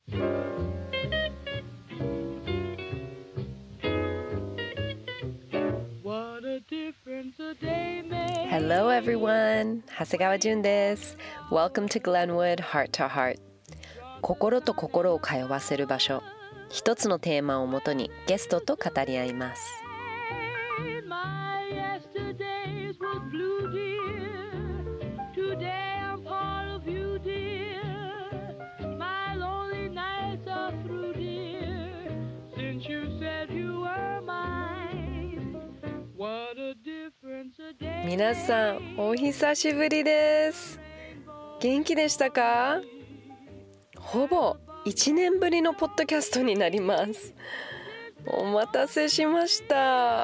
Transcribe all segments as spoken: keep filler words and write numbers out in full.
Hello everyone! 長谷川純です。Welcome to Glenwood Heart to Heart。心と心を通わせる場所。一つのテーマをもとにゲストと語り合います。皆さんお久しぶりです。元気でしたか？ほぼいちねんぶりのポッドキャストになります。お待たせしました。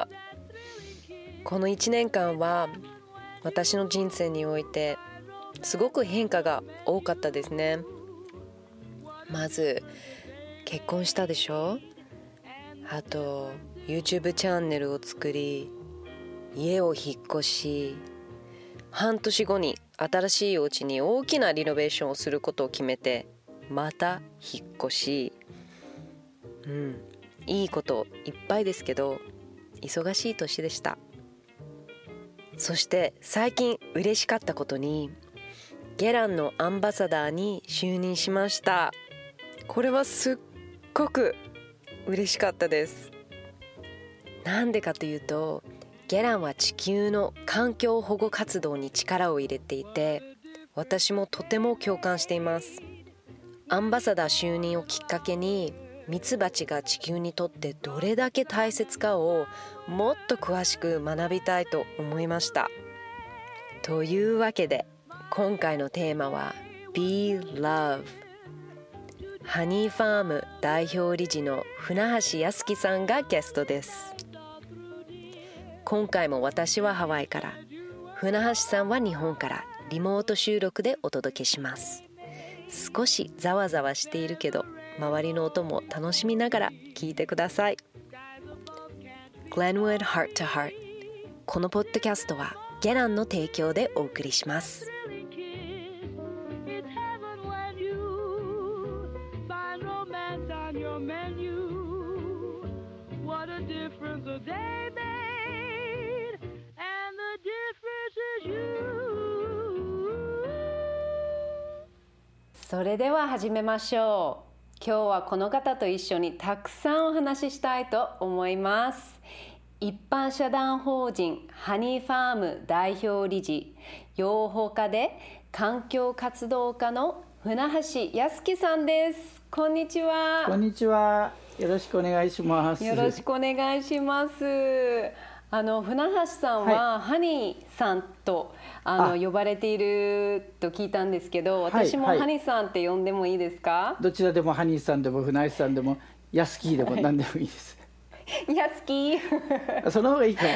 このいちねんかんは私の人生においてすごく変化が多かったですね。まず結婚したでしょ。あと YouTube チャンネルを作り、家を引っ越し、半年後に新しいお家に大きなリノベーションをすることを決めて、また引っ越し、うん、いいこといっぱいですけど忙しい年でした。そして最近嬉しかったことにゲランのアンバサダーに就任しました。これはすっごく嬉しかったです。なんでかというと、ゲランは地球の環境保護活動に力を入れていて、私もとても共感しています。アンバサダー就任をきっかけに、ミツバチが地球にとってどれだけ大切かをもっと詳しく学びたいと思いました。というわけで今回のテーマは Be Love。 ハニーファーム代表理事の船橋康樹さんがゲストです。今回も私はハワイから、船橋さんは日本からリモート収録でお届けします。少しざわざわしているけど、周りの音も楽しみながら聞いてください。 Glenwood Heart to Heart。 このポッドキャストはゲランの提供でお送りします。それでは始めましょう。今日はこの方と一緒にたくさんお話ししたいと思います。一般社団法人ハニーファーム代表理事、養蜂家で環境活動家の船橋康樹さんです。こんにちは。 こんにちは。よろしくお願いします。 よろしくお願いします。あの船橋さんは、はい、ハニーさんとあの呼ばれていると聞いたんですけど、私もハニーさんって呼んでもいいですか？はい、 どちらでもハニーさんでも船橋さんでもヤスキーでも何でもいいです。 ヤスキーその方がいいかも。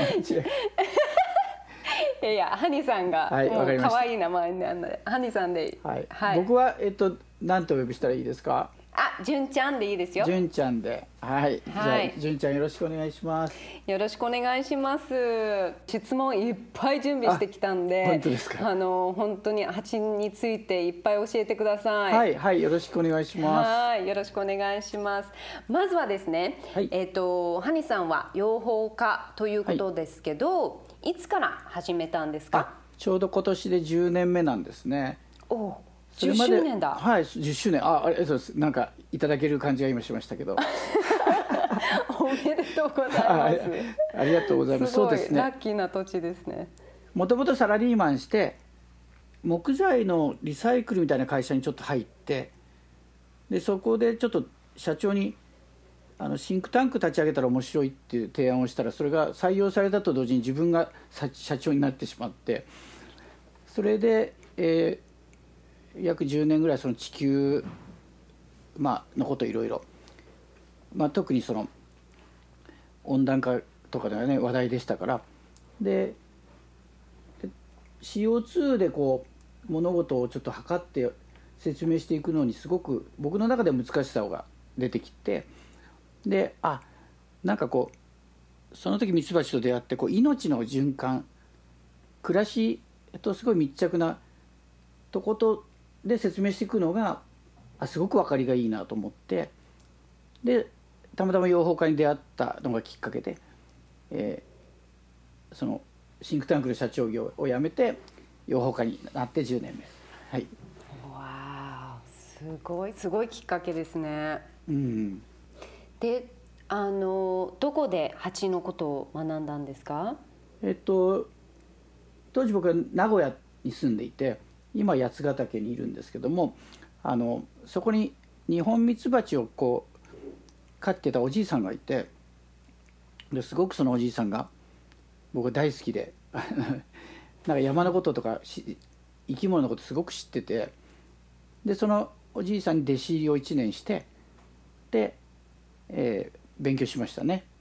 いやいや、ハニーさんが、はい、もう可愛い名前なんでハニーさんで、 はいはい、僕はえっと何とお呼びしたらいいですか？ あ、純ちゃんでいいですよ。 純ちゃんで、はい、はい、じゃあ純ちゃんよろしくお願いします。 よろしくお願いします。質問いっぱい準備してきたんで、 本当ですか？ あの本当に蜂についていっぱい教えてください。 はいはい、よろしくお願いします。 はい、よろしくお願いします。まずはですね、はい、えっとハニさんは養蜂家ということですけど、はい、いつから始めたんですか？ ちょうど今年でじゅうねんめなんですね。 お、じゅっしゅうねんだ。 はい、じゅっしゅうねん。あ、ありがとうございます。なんかいただける感じが今しましたけど。 おめでとうございます。 あ, ありがとうございます。 すごいそうですね。 ラッキーな土地ですね。 もともとサラリーマンして木材のリサイクルみたいな会社にちょっと入って、でそこでちょっと社長にあのシンクタンク立ち上げたら面白いっていう提案をしたら、それが採用されたと同時に自分が社長になってしまって、それで、えー約じゅうねんぐらいその地球、まあのこといろいろ、まあ、特にその温暖化とかではね話題でしたから、で シーオーツー でこう物事をちょっと測って説明していくのにすごく僕の中で難しさが出てきて、であなんかこうその時ミツバチと出会ってこう命の循環、暮らしとすごい密着なとことで説明していくのがあすごく分かりがいいなと思って、でたまたま養蜂家に出会ったのがきっかけで、えー、そのシンクタンクの社長業を辞めて養蜂家になってじゅうねんめ。はい、 わー、すごいすごいきっかけですね。 うん、 で、あのどこで蜂のことを学んだんですか？ えっと当時僕は名古屋に住んでいて、今八ヶ岳にいるんですけども、あのそこにニホンミツバチをこう飼ってたおじいさんがいて、ですごくそのおじいさんが僕は大好きでなんか山のこととか生き物のことすごく知ってて、でそのおじいさんに弟子入りをいちねんして、で、えー、勉強しましたね。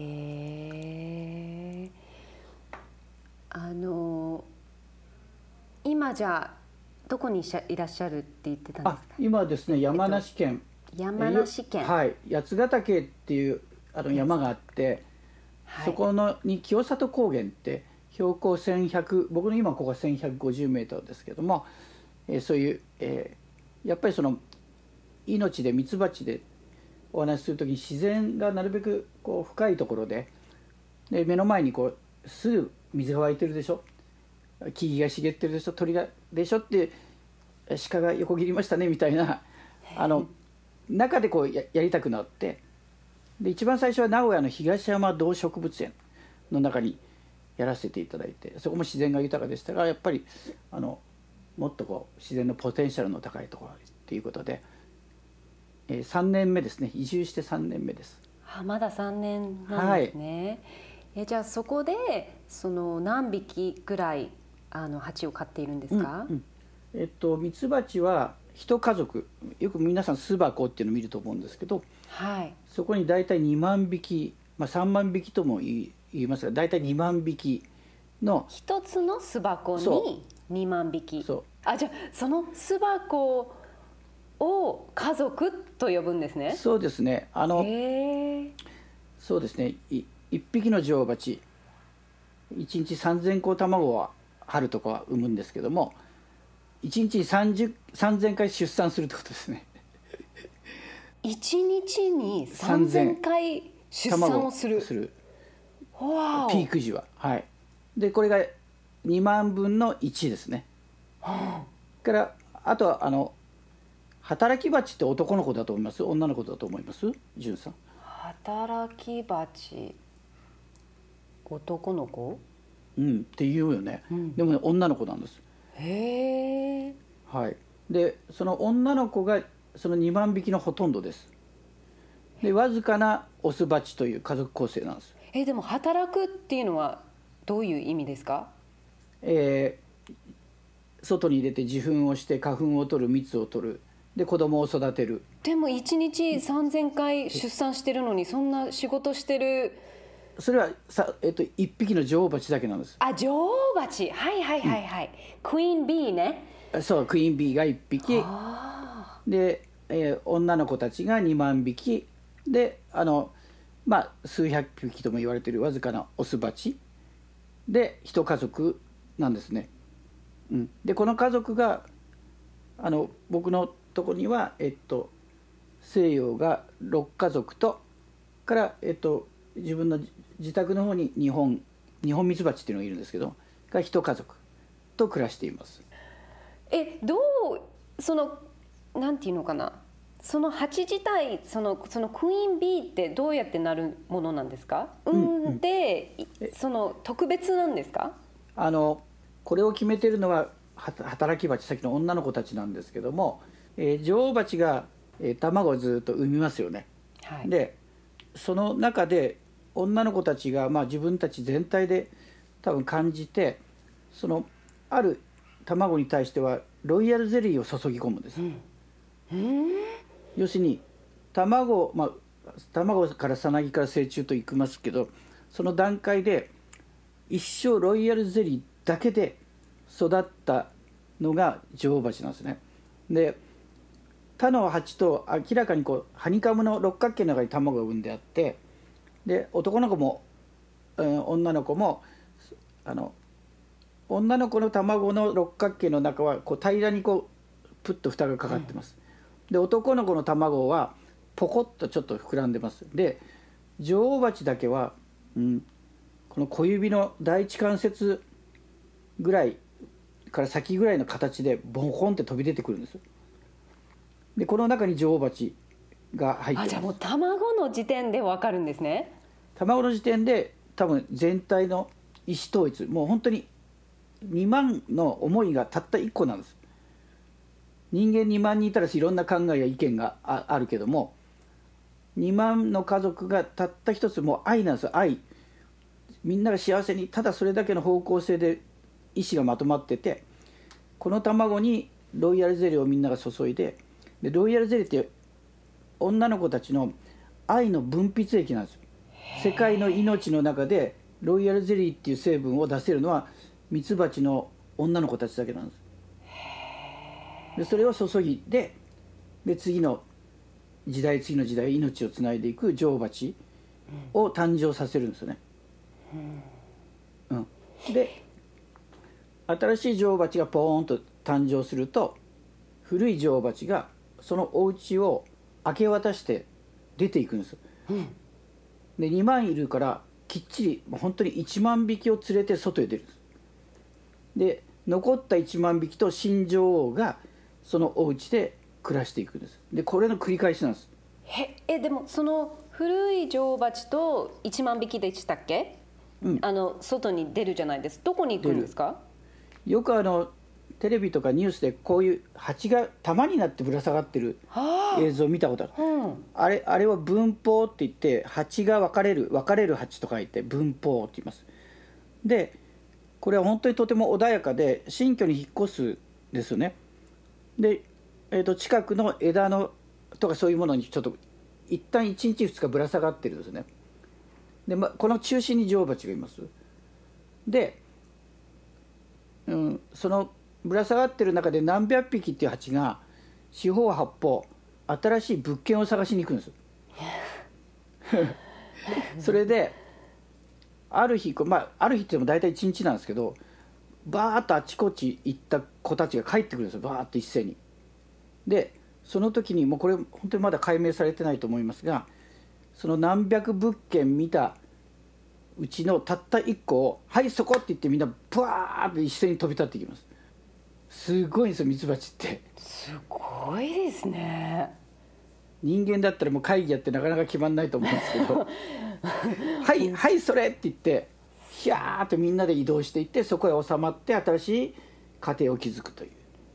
へえ。あの今じゃあどこにいらっしゃるって言ってたんですか？ あ今はですね山梨県、 えっと、山梨県、 はい八ヶ岳っていうあの山があって、はい、そこのに清里高原って標高せんひゃく、僕の今ここはせんひゃくごじゅうメートルですけども、えー、そういう、えー、やっぱりその命でミツバチでお話しするときに自然がなるべくこう深いところで、で目の前にこうすぐ水が湧いてるでしょ、木々が茂ってるでしょ、鳥がでしょって、鹿が横切りましたねみたいなあの中でこう や, やりたくなって、で一番最初は名古屋の東山動植物園の中にやらせていただいて、そこも自然が豊かでしたが、やっぱりあのもっとこう自然のポテンシャルの高いところということで、えー、さんねんめですね。移住してさんねんめです。 あ、まださんねんなんですね。はい、えじゃあそこでその何匹ぐらいあの蜂を飼っているんですか？ うんうん、えっとミツバチは一家族、よく皆さん巣箱っていうのを見ると思うんですけど、 はい、 そこに大体にまんびき、まあ、さんまんびきとも言い、言いますが、大体にまんびきの一つの巣箱ににまんびき。 そう、 あ、じゃあその巣箱を家族と呼ぶんですね。 そうですね。あのそうですね。いいっぴきの女王蜂いちにちさんぜんこ卵は春とかは産むんですけども、いちにちにさんぜんかい出産するってことですね。 いちにちにさんぜんかい出産をする。 するわお。 ピーク時は、はい。でこれがにまんぶんのいちですね。はあ、からあとはあの働き蜂って男の子だと思います？女の子だと思います？じゅんさん。 働き蜂男の子？ うんって言うよね。うん、でも、ね、女の子なんです。 へえ。 はい。でその女の子がそのにまんびきのほとんどです。でわずかなオスバチという家族構成なんです。 えでも働くっていうのはどういう意味ですか？ えー、外に出て受粉をして花粉を取る、蜜を取る、で子供を育てる。 でもいちにちさんぜんかい出産してるのにそんな仕事してる。 それはさ、えっと、いっぴきの女王蜂だけなんです。 あ、女王蜂、はいはいはいはい、うん、クイーンビーね。 そう、クイーンビーがいっぴきで、えー、女の子たちがにまんびきで、あのまあ数百匹とも言われているわずかなオスバチで一家族なんですね。うん、でこの家族があの僕のとこには、えっと、西洋がろっかぞくとから、えっと、自分の自宅の方に日本日本ミツバチっていうのがいるんですけど、が一家族と暮らしています。 えどうそのなんていうのかな、その蜂自体、そのそのクイーンビーってどうやってなるものなんですか？産んで、うんうん、その特別なんですか？あのこれを決めているのは働き蜂、さっきの女の子たちなんですけども、えー、女王蜂が、えー、卵をずっと産みますよね。はい、でその中で女の子たちが、まあ、自分たち全体で多分感じて、そのある卵に対してはロイヤルゼリーを注ぎ込むんです。うんうん、要するに卵、まあ、卵からさなぎから成虫といきますけど、その段階で一生ロイヤルゼリーだけで育ったのが女王蜂なんですね。で他の蜂と明らかにこうハニカムの六角形の中に卵が産んであって、で男の子も、うん、女の子もあの女の子の卵の六角形の中はこう平らにこうプッと蓋がかかってます。 で男の子の卵はポコッとちょっと膨らんでます。で女王蜂だけは、うん、この小指の第一関節ぐらいから先ぐらいの形でボコンって飛び出てくるんです。でこの中に女王蜂が入ってます。 あ、じゃあもう卵の時点で分かるんですね。 卵の時点で多分全体の意思統一、もう本当ににまんの思いがたったいっこなんです。人間にまん人いたらいろんな考えや意見が あ, あるけども、にまんの家族がたった一つ、もう愛なんですよ。愛、みんなが幸せに、ただそれだけの方向性で意思がまとまってて、この卵にロイヤルゼリーをみんなが注いで、でロイヤルゼリーって女の子たちの愛の分泌液なんですよ。世界の命の中でロイヤルゼリーっていう成分を出せるのはミツバチの女の子たちだけなんです。でそれを注ぎで、で次の時代次の時代命をつないでいく女王蜂を誕生させるんですよね、うんうん、で新しい女王蜂がポーンと誕生すると、古い女王蜂がそのお家を明け渡して出ていくんです、うん、でにまんいるからきっちり本当にいちまん匹を連れて外へ出るんです。で残ったいちまん匹と新女王がそのお家で暮らしていくんです。でこれの繰り返しなんです。 へえ、でもその古い女王蜂といちまん匹でしたっけ、うん、あの外に出るじゃないですか。どこに行くんですか？ よくあのテレビとかニュースでこういう蜂が玉になってぶら下がってる映像を見たことある、うん、あれ、あれは分蜂って言って、蜂が分かれる分かれる蜂と書いて分蜂って言います。でこれは本当にとても穏やかで新居に引っ越すですよね。で、えー、と近くの枝のとかそういうものにちょっと一旦いちにちふつかぶら下がってるんですね。で、ま、この中心に女王蜂がいます。で、うん、そのぶら下がってる中で何百匹っていう蜂が四方八方新しい物件を探しに行くんですそれである日、まあ、ある日って言っても大体いちにちなんですけど、バーッとあちこち行った子たちが帰ってくるんですよ。バーッと一斉に。でその時にもうこれ本当にまだ解明されてないと思いますが、その何百物件見たうちのたったいっこを「はいそこ!」って言ってみんなブワーッと一斉に飛び立っていきます。すごいんですよミツバチって。 すごいですね。 人間だったらもう会議やってなかなか決まんないと思うんですけどはいはいそれって言ってヒャーってみんなで移動していって、そこへ収まって新しい家庭を築くという。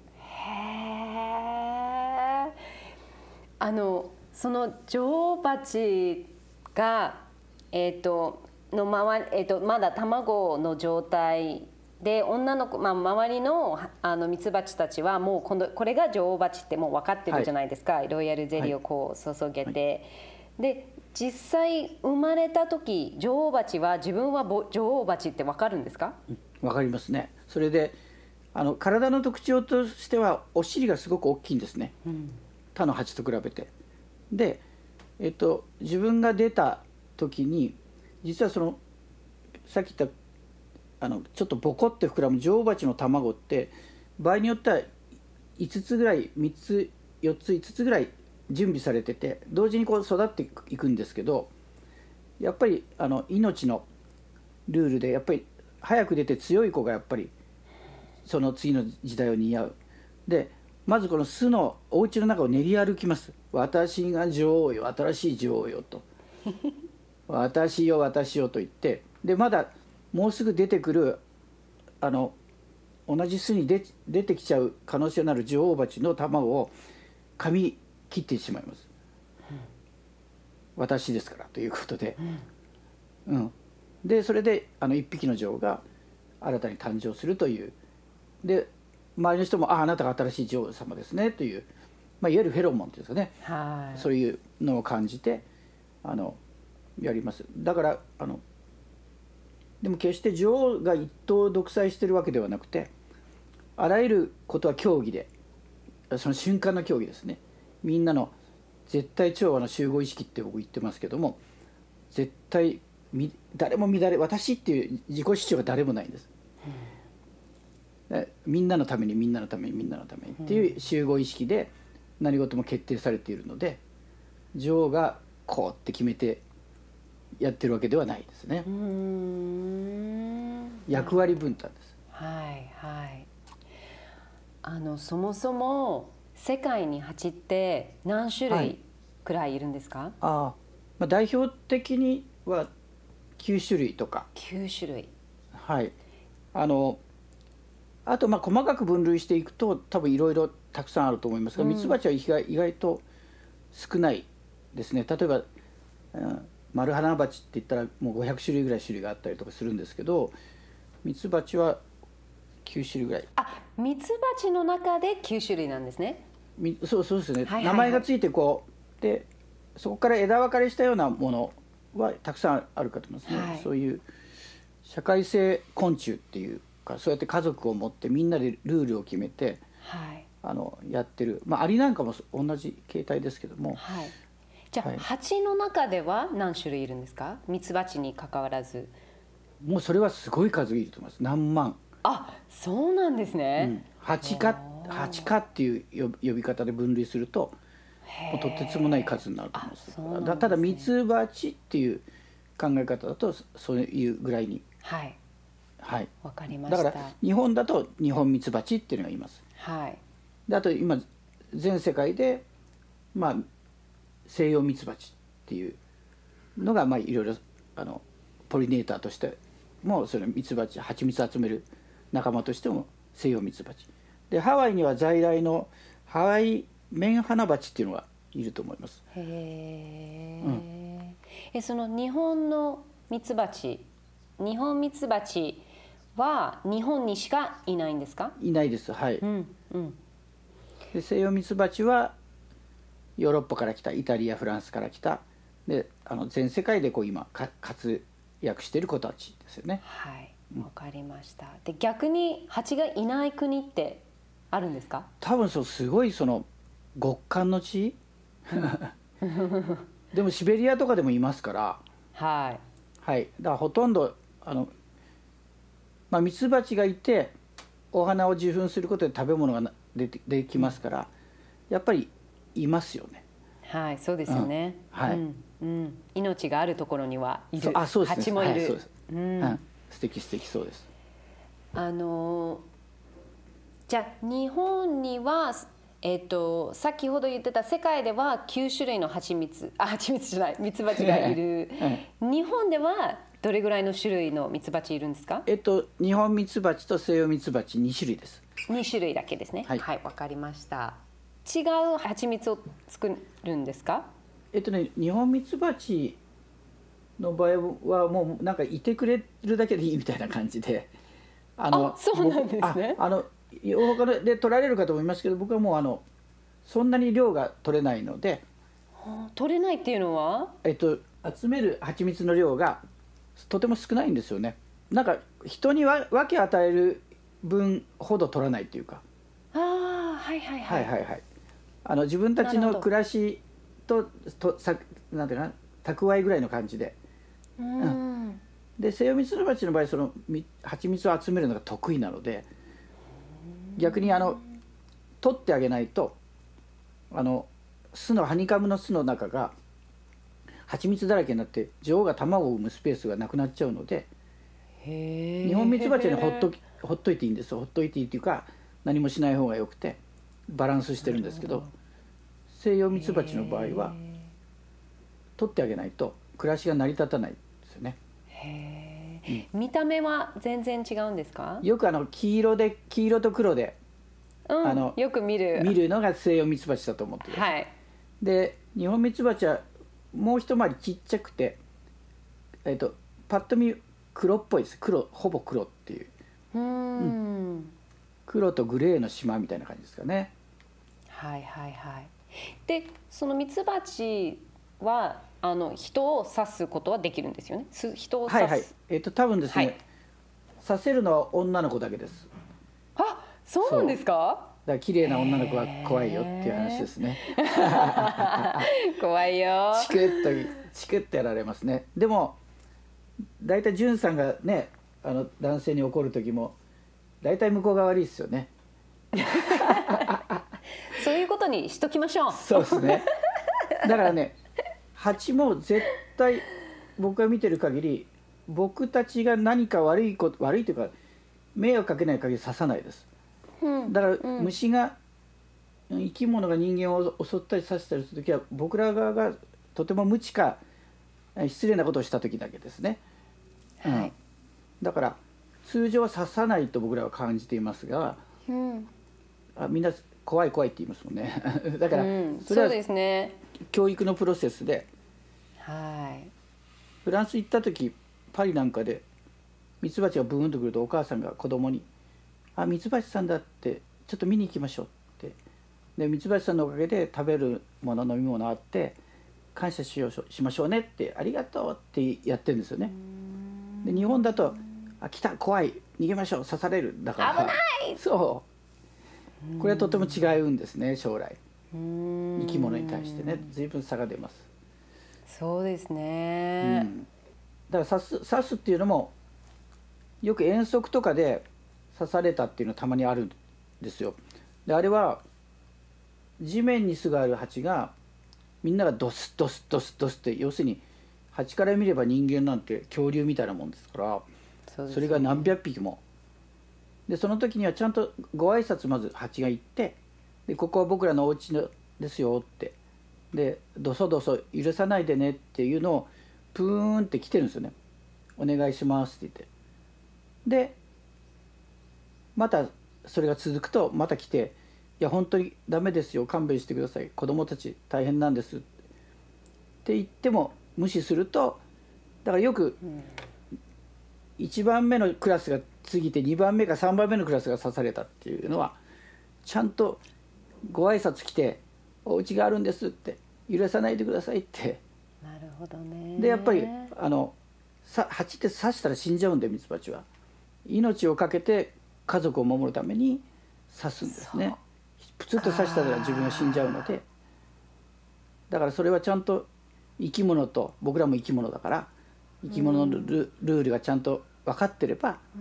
へえ。あのその女王蜂がえっ、ー、との周り、えー、とまだ卵の状態で女の子、まあ、周りのあのミツバチたちはもうこのこれが女王蜂ってもう分かってるじゃないですか、はい、ロイヤルゼリーをこう注げて、はい、で実際生まれた時女王蜂は自分は女王蜂って分かるんですか？ 分かりますね。それであの体の特徴としてはお尻がすごく大きいんですね、うん、他の蜂と比べて。で、えっと、自分が出た時に実はそのさっき言ったあのちょっとボコって膨らむ女王蜂の卵って場合によってはいつつぐらいみっつよっついつつぐらい準備されてて同時にこう育っていくんですけど、やっぱりあの命のルールでやっぱり早く出て強い子がやっぱりその次の時代を担う。でまずこの巣のお家の中を練り歩きます。私が女王よ、新しい女王よと私よ私よと言って、でまだもうすぐ出てくるあの同じ巣に 出, 出てきちゃう可能性のある女王蜂の卵を噛み切ってしまいます、うん、私ですからということで、うんうん、でそれであのいっぴきの女王が新たに誕生するという。で周りの人も あ, あなたが新しい女王様ですねという、まあ、いわゆるフェロモンというんですかね、はい、そういうのを感じてあのやります。だからあのでも決して女王が一党独裁してるわけではなくて、あらゆることは協議で、その瞬間の協議ですね。みんなの絶対調和の集合意識って僕言ってますけども、絶対誰も乱れ、私っていう自己主張が誰もないんです、うん、みんなのためにみんなのためにみんなのためにっていう集合意識で何事も決定されているので、女王がこうって決めてやってるわけではないですね。 うーん役割分担です。 はいはい。あのそもそも世界に蜂って何種類くらいいるんですか？はい、 あ、まあ、代表的にはきゅう種類とか。 きゅう種類。 はい。あのあとまあ細かく分類していくと多分いろいろたくさんあると思いますが、ミツバチは意外、意外と少ないですね。例えば、うん、マルハナバチって言ったらもうごひゃく種類ぐらい種類があったりとかするんですけど、ミツバチはきゅう種類ぐらい。 あ、ミツバチの中できゅう種類なんですね。 みそうそうですね、 はいはいはい、 名前がついてこうで、そこから枝分かれしたようなものはたくさんあるかと思いますね。はい、そういう社会性昆虫っていうか、そうやって家族を持ってみんなでルールを決めて、はい、あのやってる、まあ、アリなんかも同じ形態ですけども、 はい、じゃあ、はい、蜂の中では何種類いるんですか？ミツバチにかかわらず。 もうそれはすごい数いると思います。何万。あ、 そうなんですね。 うん、蜂科蜂科っていう呼び方で分類するともうとてつもない数になると思います。そうなんですね。ただミツバチっていう考え方だとそういうぐらいに、 はいはい、 わかりました。 だから日本だと日本ミツバチっていうのがいます。 はい。 であと今全世界で、まあ、西洋ミツバチっていうのがまあいろいろあのポリネーターとしてもそれミツバチ蜂蜜集める仲間としても西洋ミツバチで、ハワイには在来のハワイメンハナバチっていうのがいると思います。 へー、うん、えその日本のミツバチ、日本ミツバチは日本にしかいないんですか？ いないです。はい、 うんうん、 で西洋ミツバチはヨーロッパから来た、イタリアフランスから来たで、あの全世界でこう今活躍している子たちですよね。 はい、わかりました。で逆に蜂がいない国ってあるんですか？ 多分そうすごいその極寒の地でもシベリアとかでもいますから、 はい、 はい、だからほとんどあの、まあ、ミツバチがいてお花を受粉することで食べ物が出てできますから、やっぱりいますよね。 はい、そうですよね。うん、はい、うんうん、命があるところにはいる。 あ、そうですね、 蜂もいる。はい、そうです、うんうん、素敵素敵、そうです。 あのじゃあ日本には、えー、と先ほど言ってた世界ではきゅう種類の蜂蜜あ蜂蜜じゃないミツバチがいる、はい、日本ではどれぐらいの種類のミツバチいるんですか？ えっと日本ミツバチと西洋ミツバチに種類です。 に種類だけですね。はい、はい、わかりました。違う蜂蜜を作るんですか？ えっとね日本ミツバチの場合はもうなんかいてくれるだけでいいみたいな感じで、 あのあそうなんですね。 ああの他で取られるかと思いますけど、僕はもうあのそんなに量が取れないので。 取れないっていうのは、 えっと、集める蜂蜜の量がとても少ないんですよね。なんか人に分け与える分ほど取らないっていうか。 ああ、はいはいはい、 はいはいはい、あの自分たちの暮らしととさなんていうかな、蓄えぐらいの感じで。うん、うん、で西洋ミツバチの場合その蜂蜜を集めるのが得意なので、逆にあの取ってあげないとあの巣のハニカムの巣の中が蜂蜜だらけになって女王が卵を産むスペースがなくなっちゃうので、 へ日本ミツバチにほっときほっといていいんです。ほっといていいっていうか何もしない方がよくてバランスしてるんですけど、西洋ミツバチの場合は取ってあげないと暮らしが成り立たないですよね。 へー、うん、見た目は全然違うんですか？ よくあの黄色で黄色と黒で、 うん、あのよく見る見るのが西洋ミツバチだと思ってください。はい、で日本ミツバチはもう一回りちっちゃくて、えーと、パッと見黒っぽいです。黒、ほぼ黒っていう、 うーん、うん、 黒とグレーの島みたいな感じですかね。 はいはいはい。でそのミツバチはあの人を刺すことはできるんですよね。人を刺す、はいはい、 えーと多分ですね、はい、刺せるのは女の子だけです。 あ、そうなんですか？ だから綺麗な女の子は怖いよっていう話ですね。 怖いよ。 チクッとチクッとやられますね。でもだいたいジュンさんがね、あの男性に怒る時もだいたい向こうが悪いですよね。 そういうことにしときましょう。 そうですね。だからね、蜂も絶対僕が見てる限り、僕たちが何か悪いこと悪いというか迷惑かけない限り刺さないです。 うん、 だからうん、 虫が生き物が人間を襲ったり刺したりするときは、僕ら側がとても無知か失礼なことをしたときだけですね、うん、 はい、 だから通常は刺さないと僕らは感じていますが、 うん、 あみんな怖い怖いって言いますもんねだからうん、 それはそうですね。 教育のプロセスで、 はい。 フランス行った時パリなんかでミツバチがブーンと来ると、お母さんが子供に「あミツバチさんだってちょっと見に行きましょう」って、でミツバチさんのおかげで食べるもの飲み物あって感謝しようしましょうねって、ありがとうってやってるんですよね。で日本だと「あ来た怖い逃げましょう刺される」だから危ない。 そうこれはとても違うんですね。将来うーん、 生き物に対してね随分差が出ます。 そうですうね。 ん、だから刺す刺すっていうのもよく遠足とかで刺されたっていうのたまにあるんですよ。であれは地面に巣がある蜂がみんながドスドスドスドスって、要するに蜂から見れば人間なんて恐竜みたいなもんですから、 そうですね。 それが何百匹もで、その時にはちゃんとご挨拶まず蜂が言って、でここは僕らのお家のですよって、でどそどそ許さないでねっていうのをプーンって来てるんですよね。お願いしますって言って、でまたそれが続くとまた来て、いや本当にダメですよ勘弁してください、子供たち大変なんですって言っても無視すると、だからよくいちばんめのクラスが過ぎてにばんめかさんばんめのクラスが刺されたっていうのは、ちゃんとご挨拶来て「お家があるんです」って「許さないでください」って。 なるほどね。 でやっぱりあのさ蜂って刺したら死んじゃうんで、ミツバチは命を懸けて家族を守るために刺すんですね。プツッと刺したら自分が死んじゃうので、だからそれはちゃんと生き物と、僕らも生き物だから生き物の ル,、ルールがちゃんと分かってればうん、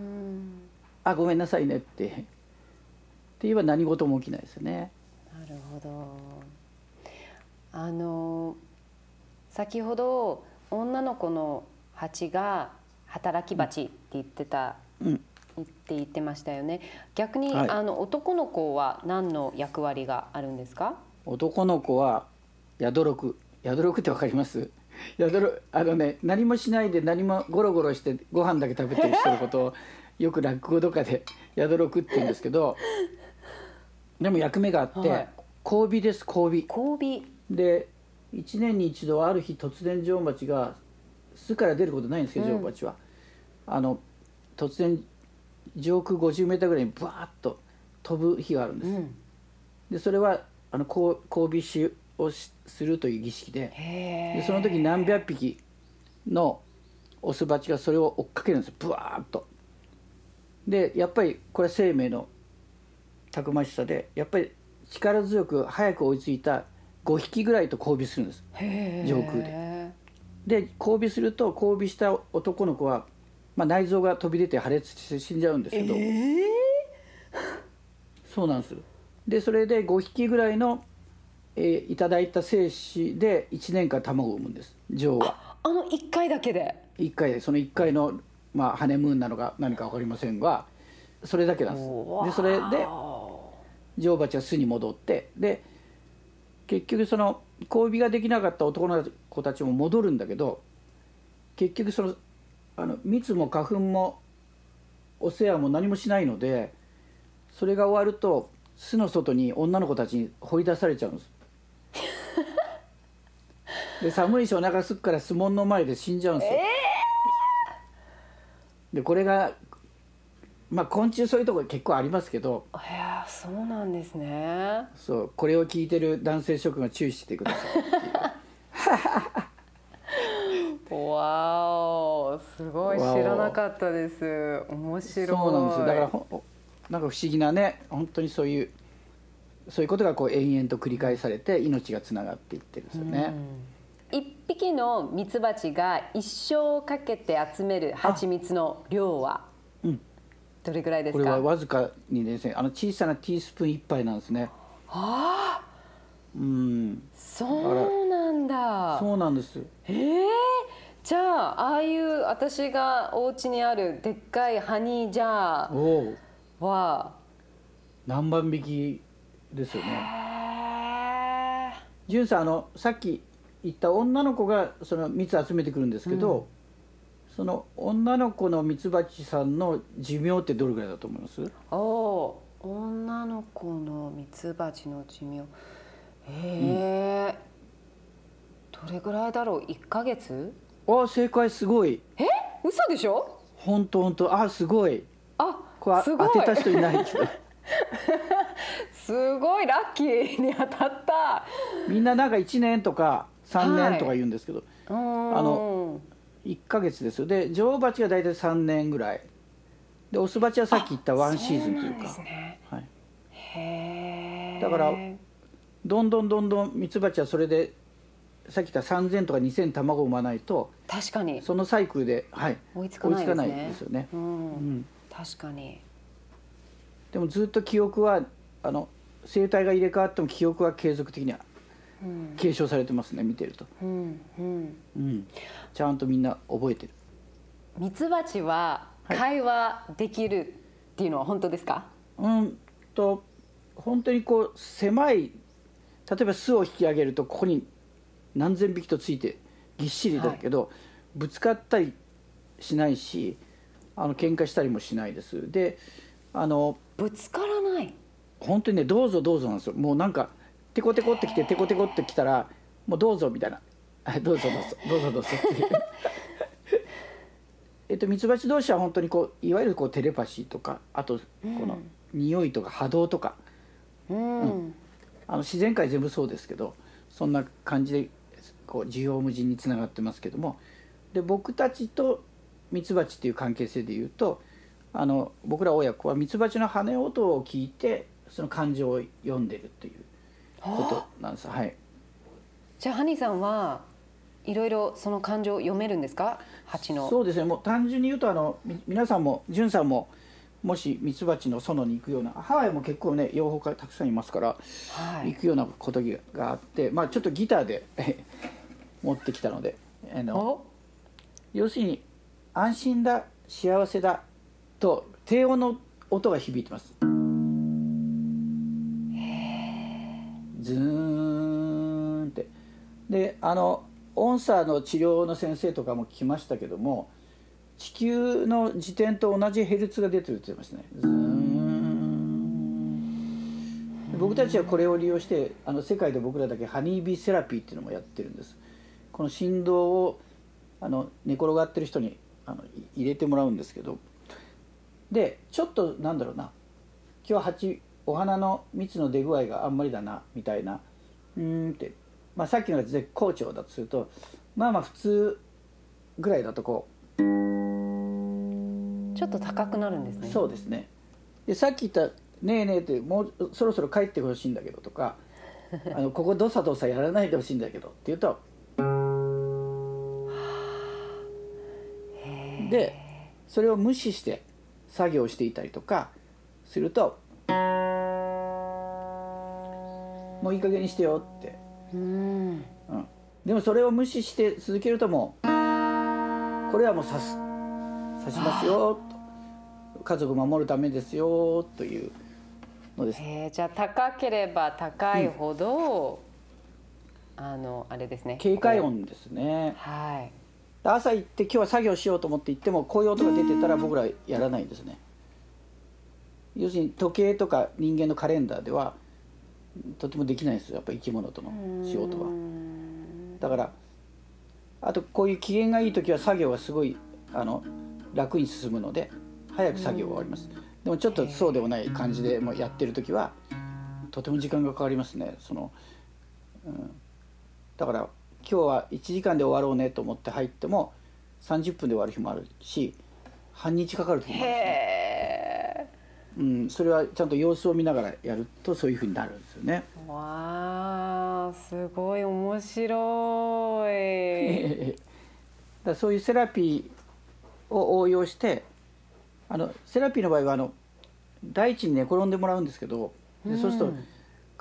「あごめんなさいね」ってって言えば何事も起きないですよね。 なるほど。あの先ほど女の子の蜂が働き蜂って言ってた、 うん、 言って言ってましたよね。逆に、 はい、 あの男の子は何の役割があるんですか？ 男の子は宿六。宿六って分かります？宿六あのね、何もしないで何もゴロゴロしてご飯だけ食べてる人のことをよく落語とかで宿六って言うんですけど、でも役目があって、 はい、 交尾です。交尾交尾でいちねんに一度ある日突然女王蜂が巣から出ることないんですけど、女王蜂はあの突然上空ごじゅうメーターぐらいにブワーッと飛ぶ日があるんです、うん、でそれはあの交尾しをするという儀式 で, でその時何百匹のオスバチがそれを追っかけるんですよ、ブワーッと。でやっぱりこれは生命のたくましさで、やっぱり力強く早く追いついたごひきぐらいと交尾するんです、上空で。で交尾すると、交尾した男の子は、まあ、内臓が飛び出て破裂して死んじゃうんですけど、えー、そうなんです。でそれでごひきぐらいの、えー、いただいた精子でいちねんかん卵を産むんです、女王は。 あ, あのいっかいだけでいっかいで、そのいっかいの、まあ、ハネムーンなのか何か分かりませんが、それだけなんです。でそれで女王蜂は巣に戻って、で結局その交尾ができなかった男の子たちも戻るんだけど、結局そのあの蜜も花粉もお世話も何もしないので、それが終わると巣の外に女の子たちに放り出されちゃうんですで寒いしお腹すくから巣門の前で死んじゃうんですよ、えー、でこれがまあ昆虫そういうところ結構ありますけど、 いやそうなんですね。 そうこれを聞いてる男性諸君は注意してくださいわーすごい、知らなかったです。面白い。 そうなんですよ。だからほなんか不思議なね、本当にそういうそういうことがこう延々と繰り返されて命がつながっていってるんですよね。 うん、一匹のミツバチが一生かけて集める蜂蜜の量はどれぐらいですか？ これはわずかにですね、あの小さなティースプーン一杯なんですね。 ああ、 うんそうなんだ。 そうなんです。 えー、じゃあああいう私がお家にあるでっかいハニージャおーは何番引きですよね。 へじゅんさん、あのさっき言った女の子がその蜜集めてくるんですけど、うん、その女の子のミツバチさんの寿命ってどれぐらいだと思います？ おお、女の子のミツバチの寿命、へえ、うん、どれぐらいだろう。いっかげつ？ あ、正解、すごい。 え、嘘でしょ？ 本当本当。あ、すごい。 あ、 これすごい当てた人いないけどすごいラッキーに当たった。 みんななんかいちねんとかさんねんとか言うんですけど、 はい、 あのいっかげつですよ。で女王蜂が大体さんねんぐらいで、オス蜂はさっき言ったワンシーズンというか、そうなんですね。はい、へー。だからどんどんどんどんミツバチはそれでさっき言ったさんぜんとかにせん卵を産まないと、 確かにそのサイクルで、はい、 追いつかないですね。 追いつかないですよね、うんうん、 確かに。 でもずっと記憶はあの生態が入れ替わっても記憶は継続的には継承されてますね、見てると、うんうんうん、ちゃんとみんな覚えてる。 ミツバチは会話できるっていうのは本当ですか？ はい、うんと本当にこう狭い、例えば巣を引き上げるとここに何千匹とついてぎっしりだけど、はい、ぶつかったりしないし、あの喧嘩したりもしないです。で、あのぶつからない、 本当にね、どうぞどうぞなんですよ。もうなんかテコテコってきてテコテコってきたらもうどうぞみたいなどうぞどうぞどうぞどうぞっていうえっとミツバチ同士は本当にこういわゆるこうテレパシーとか、あとこの匂いとか波動とか、うんうん、あの自然界全部そうですけど、そんな感じでこう縦横無尽につながってますけども、で僕たちとミツバチっていう関係性でいうと、あの僕ら親子はミツバチの羽音を聞いてその感情を読んでるっていうことなんです。はい。 じゃあハニーさんはいろいろその感情を読めるんですか？蜂の。 そうですね。もう単純に言うと、あの皆さんもジュンさんももしミツバチの園に行くような、ハワイも結構ね養蜂家たくさんいますから、はい、行くようなことがあって、まあちょっとギターで持ってきたので、あの要するに安心だ幸せだと低音の音が響いてます。ズーンって。で、あの音叉の治療の先生とかも聞きましたけども、地球の時点と同じヘルツが出てるって言ってましたね。ズーン。僕たちはこれを利用して、あの世界で僕らだけハニービーセラピーっていうのもやってるんです。この振動をあの寝転がってる人にあの入れてもらうんですけど、でちょっとなんだろうな、今日蜂お花の蜜の出具合があんまりだなみたいな、うーんって、まあ、さっきのが絶好調だとすると、まあまあ普通ぐらいだとこうちょっと高くなるんですね。 そうですね。でさっき言った「ねえねえ」ってもうそろそろ帰ってほしいんだけどとかあのここドサドサやらないでほしいんだけどって言うとでそれを無視して作業していたりとかすると、もういい加減にしてよって、うん、うん、でもそれを無視して続けると、もうこれはもう刺す刺しますよと、家族を守るためですよというのです。 へー、じゃあ高ければ高いほど、うん、あのあれですね、 警戒音ですね。 はい。 朝行って今日は作業しようと思って行ってもこういう音が出てたら僕らやらないんですね。要するに時計とか人間のカレンダーではとてもできないですよ、やっぱり生き物との仕事は。だからあとこういう機嫌がいい時は作業がすごいあの楽に進むので早く作業が終わります。でもちょっとそうでもない感じでもうやってる時はとても時間がかかりますね。その、うん、だから今日はいちじかんで終わろうねと思って入ってもさんじゅっぷんで終わる日もあるし、半日かかる時もあるんですね。うん、それはちゃんと様子を見ながらやるとそういう風になるんですよね。 わあ、すごい面白いだからそういうセラピーを応用して、あのセラピーの場合はあの大地に寝転んでもらうんですけど、でそうすると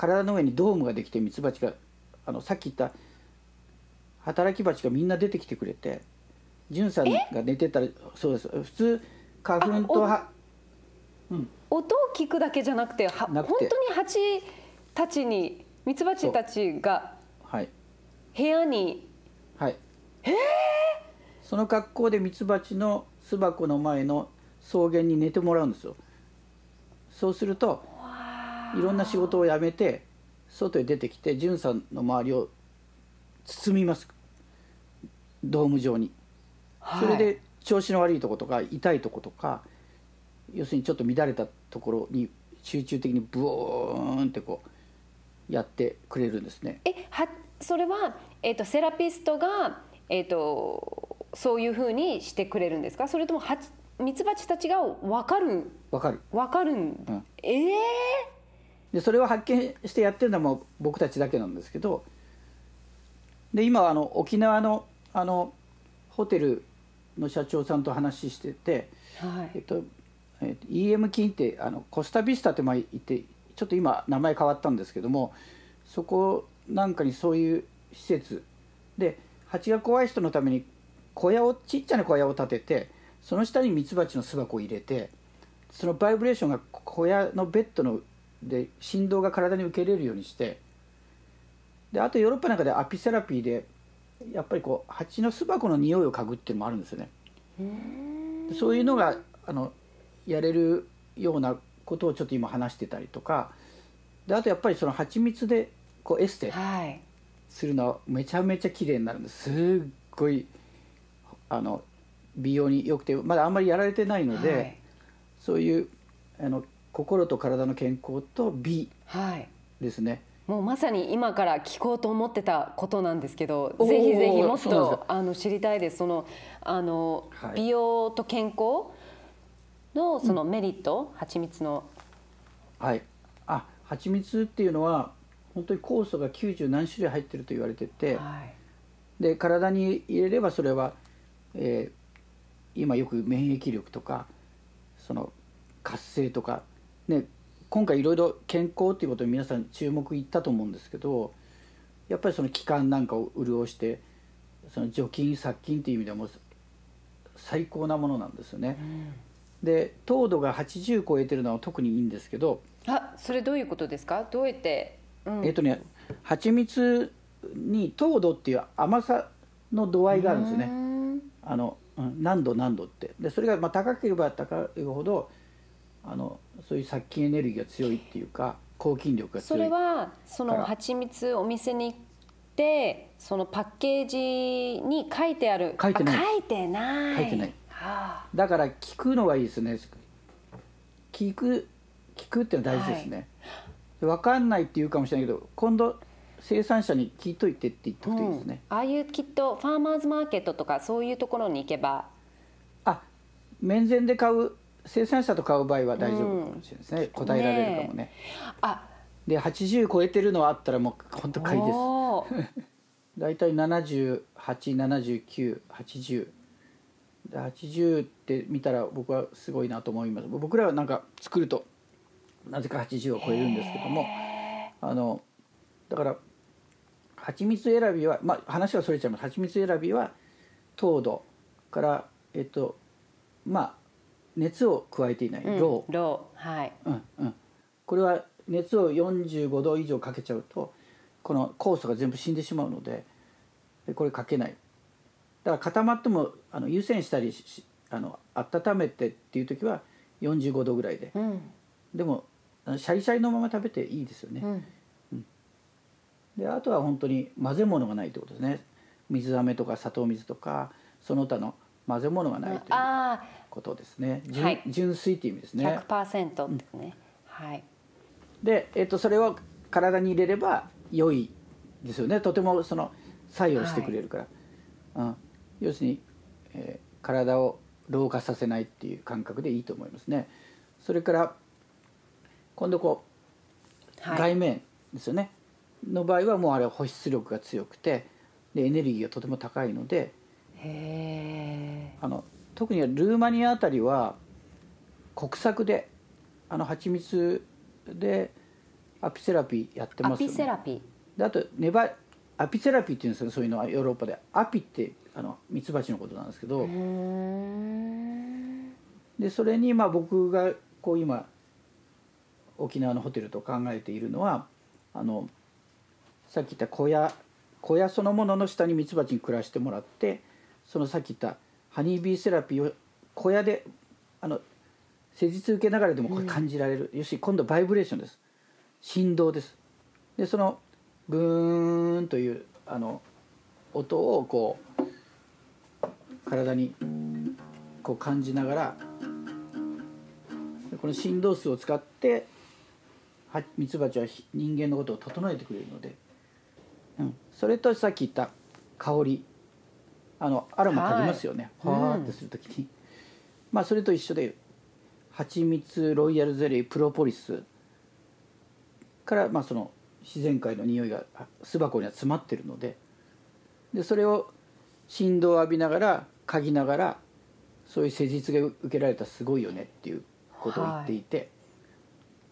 体の上にドームができて、ミツバチがあのさっき言った働き蜂がみんな出てきてくれて、じゅんさんが寝てたら、そうです、普通花粉とは、 うん、音を聞くだけじゃなくて、はなくて本当に蜂たちに、ミツバチたちが部屋に、 はい、へー、その格好でミツバチの巣箱の前の草原に寝てもらうんですよ。そうするといろんな仕事を辞めて外へ出てきて、じゅんさんの周りを包みます、ドーム状に。それで調子の悪いとことか痛いとことか、要するにちょっと乱れたところに集中的にブオーンってこうやってくれるんですね。 えはそれは、えーと、セラピストが、えーと、そういうふうにしてくれるんですか？それともはミツバチたちが分かる分かる分かるん、うん、ええー、でそれを発見してやってるのはもう僕たちだけなんですけど、で今あの沖縄のあのホテルの社長さんと話してて、 はい、 えっとえっと、イーエム 菌ってあのコスタビスタって前言って、ちょっと今名前変わったんですけども、そこなんかにそういう施設で蜂が怖い人のために小屋をちっちゃな小屋を建てて、その下にミツバチの巣箱を入れて、そのバイブレーションが小屋のベッドので振動が体に受け入れるようにして、であとヨーロッパなんかでアピセラピーでやっぱりこう蜂の巣箱の匂いを嗅ぐっていうのもあるんですよね。そういうのがあのやれるようなことをちょっと今話してたりとかで、あとやっぱりその蜂蜜でこうエステするのはめちゃめちゃ綺麗になるんです。すっごいあの美容に良くて、まだあんまりやられてないので、はい、そういうあの心と体の健康と美ですね、はい、 もうまさに今から聞こうと思ってたことなんですけど、ぜひぜひもっとあの知りたいです。そのあの、はい、美容と健康のそのメリット、うん、蜂蜜の。 はい、あ、蜂蜜っていうのは本当に酵素がきゅうじゅう何種類入ってると言われてて、はい、で体に入れればそれは、えー、今よく免疫力とかその活性とかね、今回いろいろ健康っていうことに皆さん注目いったと思うんですけど、やっぱりその気管なんかを潤してその除菌殺菌っていう意味ではもう最高なものなんですよね、うん、で糖度がはちじゅう超えてるのは特にいいんですけど。 あ、それどういうことですか？どうやって、うん、 えっとね蜂蜜に糖度っていう甘さの度合いがあるんですよね。あの、うん、何度何度ってで、それがまあ高ければ高いほどあのそういう殺菌エネルギーが強いっていうか抗菌力が強い。 それはその蜂蜜お店に行ってそのパッケージに書いてある。 書いてない。 書いてない。 書いてない、はあ、だから聞くのがいいですね。聞く聞くっていうのは大事ですね、はい、分かんないって言うかもしれないけど今度生産者に聞いといてって言っとくといいですね、 うん、ああいうきっとファーマーズマーケットとかそういうところに行けば、 あ、面前で買う生産者と買う場合は大丈夫かもしれないですね、うん、答えられるかもね。あではちじゅう超えてるのはあったらもう本当買いですだいたいななじゅうはち、ななじゅうきゅう、はちじゅうではちじゅうって見たら僕はすごいなと思います。僕らはなんか作るとなぜかはちじゅうを超えるんですけども、あのだから蜂蜜選びは、まあ、話はそれちゃいます。蜂蜜選びは糖度からえっとまあ熱を加えていない、うん、ロー、 ロー、はい、 うんうん、これは熱をよんじゅうごど以上かけちゃうとこの酵素が全部死んでしまうので、これかけない。だから固まってもあの湯煎したりあの温めてっていう時はよんじゅうごどぐらいで、うん、でもシャリシャリのまま食べていいですよね、うんうん、であとは本当に混ぜ物がないってことですね。水飴とか砂糖水とかその他の混ぜ物がないということですね、うん、はい、純粋っていう意味ですね。 ひゃくパーセント ですね、うん、はい。 で、えっと、それを体に入れれば良いですよね。とてもその作用してくれるから、はい、うん、要するに、えー、体を老化させないっていう感覚でいいと思いますね。それから今度こう、はい、外面ですよねの場合はもうあれは保湿力が強くてでエネルギーがとても高いので、へあの特にルーマニアあたりは国策であの蜂蜜でアピセラピーやってアますよね。 ピセラピーであとネバアピセラピーっていうんですけど、そういうのはヨーロッパでアピってあのミツバチのことなんですけど、でそれにまあ僕がこう今沖縄のホテルと考えているのは、あのさっき言った小屋小屋そのものの下にミツバチに暮らしてもらって、そのさっき言ったハニービーセラピーを小屋であの施術受けながらでもこれ感じられる、うん、よし今度バイブレーションです、振動です。でそのブーンというあの音をこう体にこう感じながら、この振動数を使ってミツバチは人間のことを整えてくれるので、うん、それとさっき言った香り、あのアロマ嗅ぎますよね、はい、ファーってするときに、うん、まあそれと一緒で蜂蜜ロイヤルゼリープロポリスからまあその自然界の匂いが巣箱には詰まってるので、でそれを振動を浴びながら嗅ぎながら、そういう施術が受けられたらすごいよねっていうことを言っていて、はい、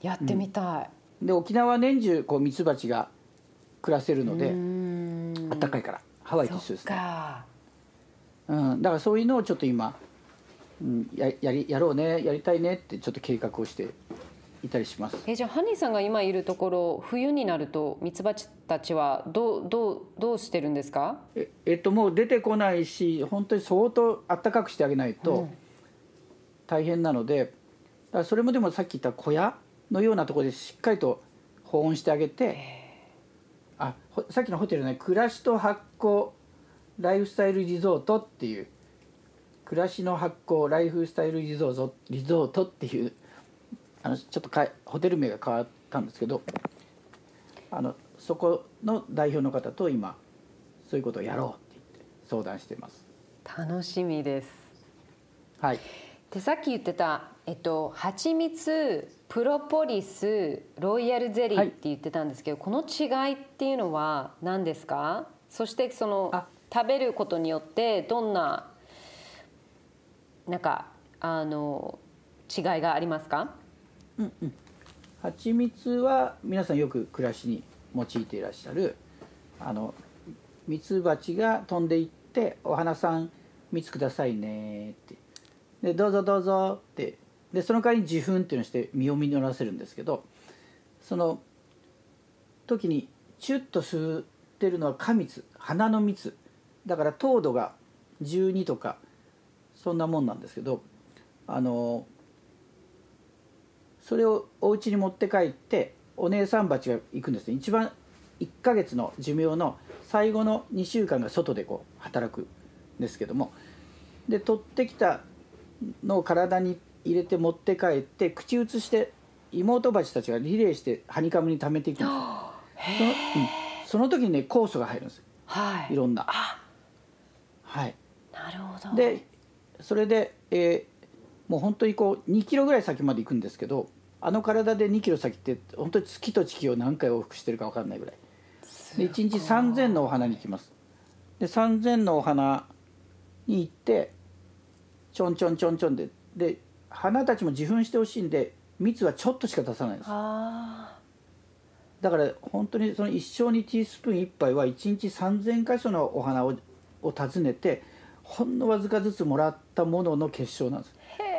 やってみたい、 うん、で沖縄は年中こうミツバチが暮らせるので暖かいから、ハワイと一緒ですね。うん、だからそういうのをちょっと今、うん、や, や, りやろうねやりたいねってちょっと計画をしていたりします。 えじゃあハニーさんが今いるところ、冬になるとミツバチたちはどうどうどうしてるんですか？ ええっともう出てこないし、本当に相当暖かくしてあげないと大変なので、うん、だからそれもでもさっき言った小屋のようなところでしっかりと保温してあげて、あさっきのホテルね、暮らしと発酵ライフスタイルリゾートっていう、暮らしの発酵ライフスタイルリゾートリゾートっていうあのちょっとかホテル名が変わったんですけど、あのそこの代表の方と今そういうことをやろうって言って相談しています。 楽しみです。 はい。 でさっき言ってたえっと蜂蜜プロポリスロイヤルゼリーって言ってたんですけど、はい、この違いっていうのは何ですか？そしてその食べることによってどんななんかあの違いがありますか？ うんうん、蜂蜜は皆さんよく暮らしに用いていらっしゃる、あのミツバチが飛んでいってお花さん蜜くださいねってでどうぞどうぞってでその代わりに受粉っていうのをして実を実らせるんですけど、その時にチュッと吸ってるのは花蜜、花の蜜だから糖度がじゅうにとかそんなもんなんですけど、あのそれをお家に持って帰ってお姉さん蜂が行くんですね。一番いっかげつの寿命の最後のにしゅうかんが外でこう働くんですけども、で取ってきたのを体に入れて持って帰って口移して妹蜂たちがリレーしてハニカムに溜めていくんですよ。その、うん、その時にね酵素が入るんですよ、はい、いろんな。はい、 なるほど。 でそれで、えー、もう本当にこうにキロぐらい先まで行くんですけど、あの体でにキロ先って本当に月と地球を何回往復してるか分かんないぐらいで、いちにちさんぜんのお花に行きます。でさんぜんのお花に行ってちょんちょんちょんちょんでで花たちも受粉してほしいんで蜜はちょっとしか出さないんです。 あだから本当にその一生にティースプーンいっぱいはいちにちさんぜんかしょのお花をを訪ねてほんのわずかずつもらったものの結晶なんです。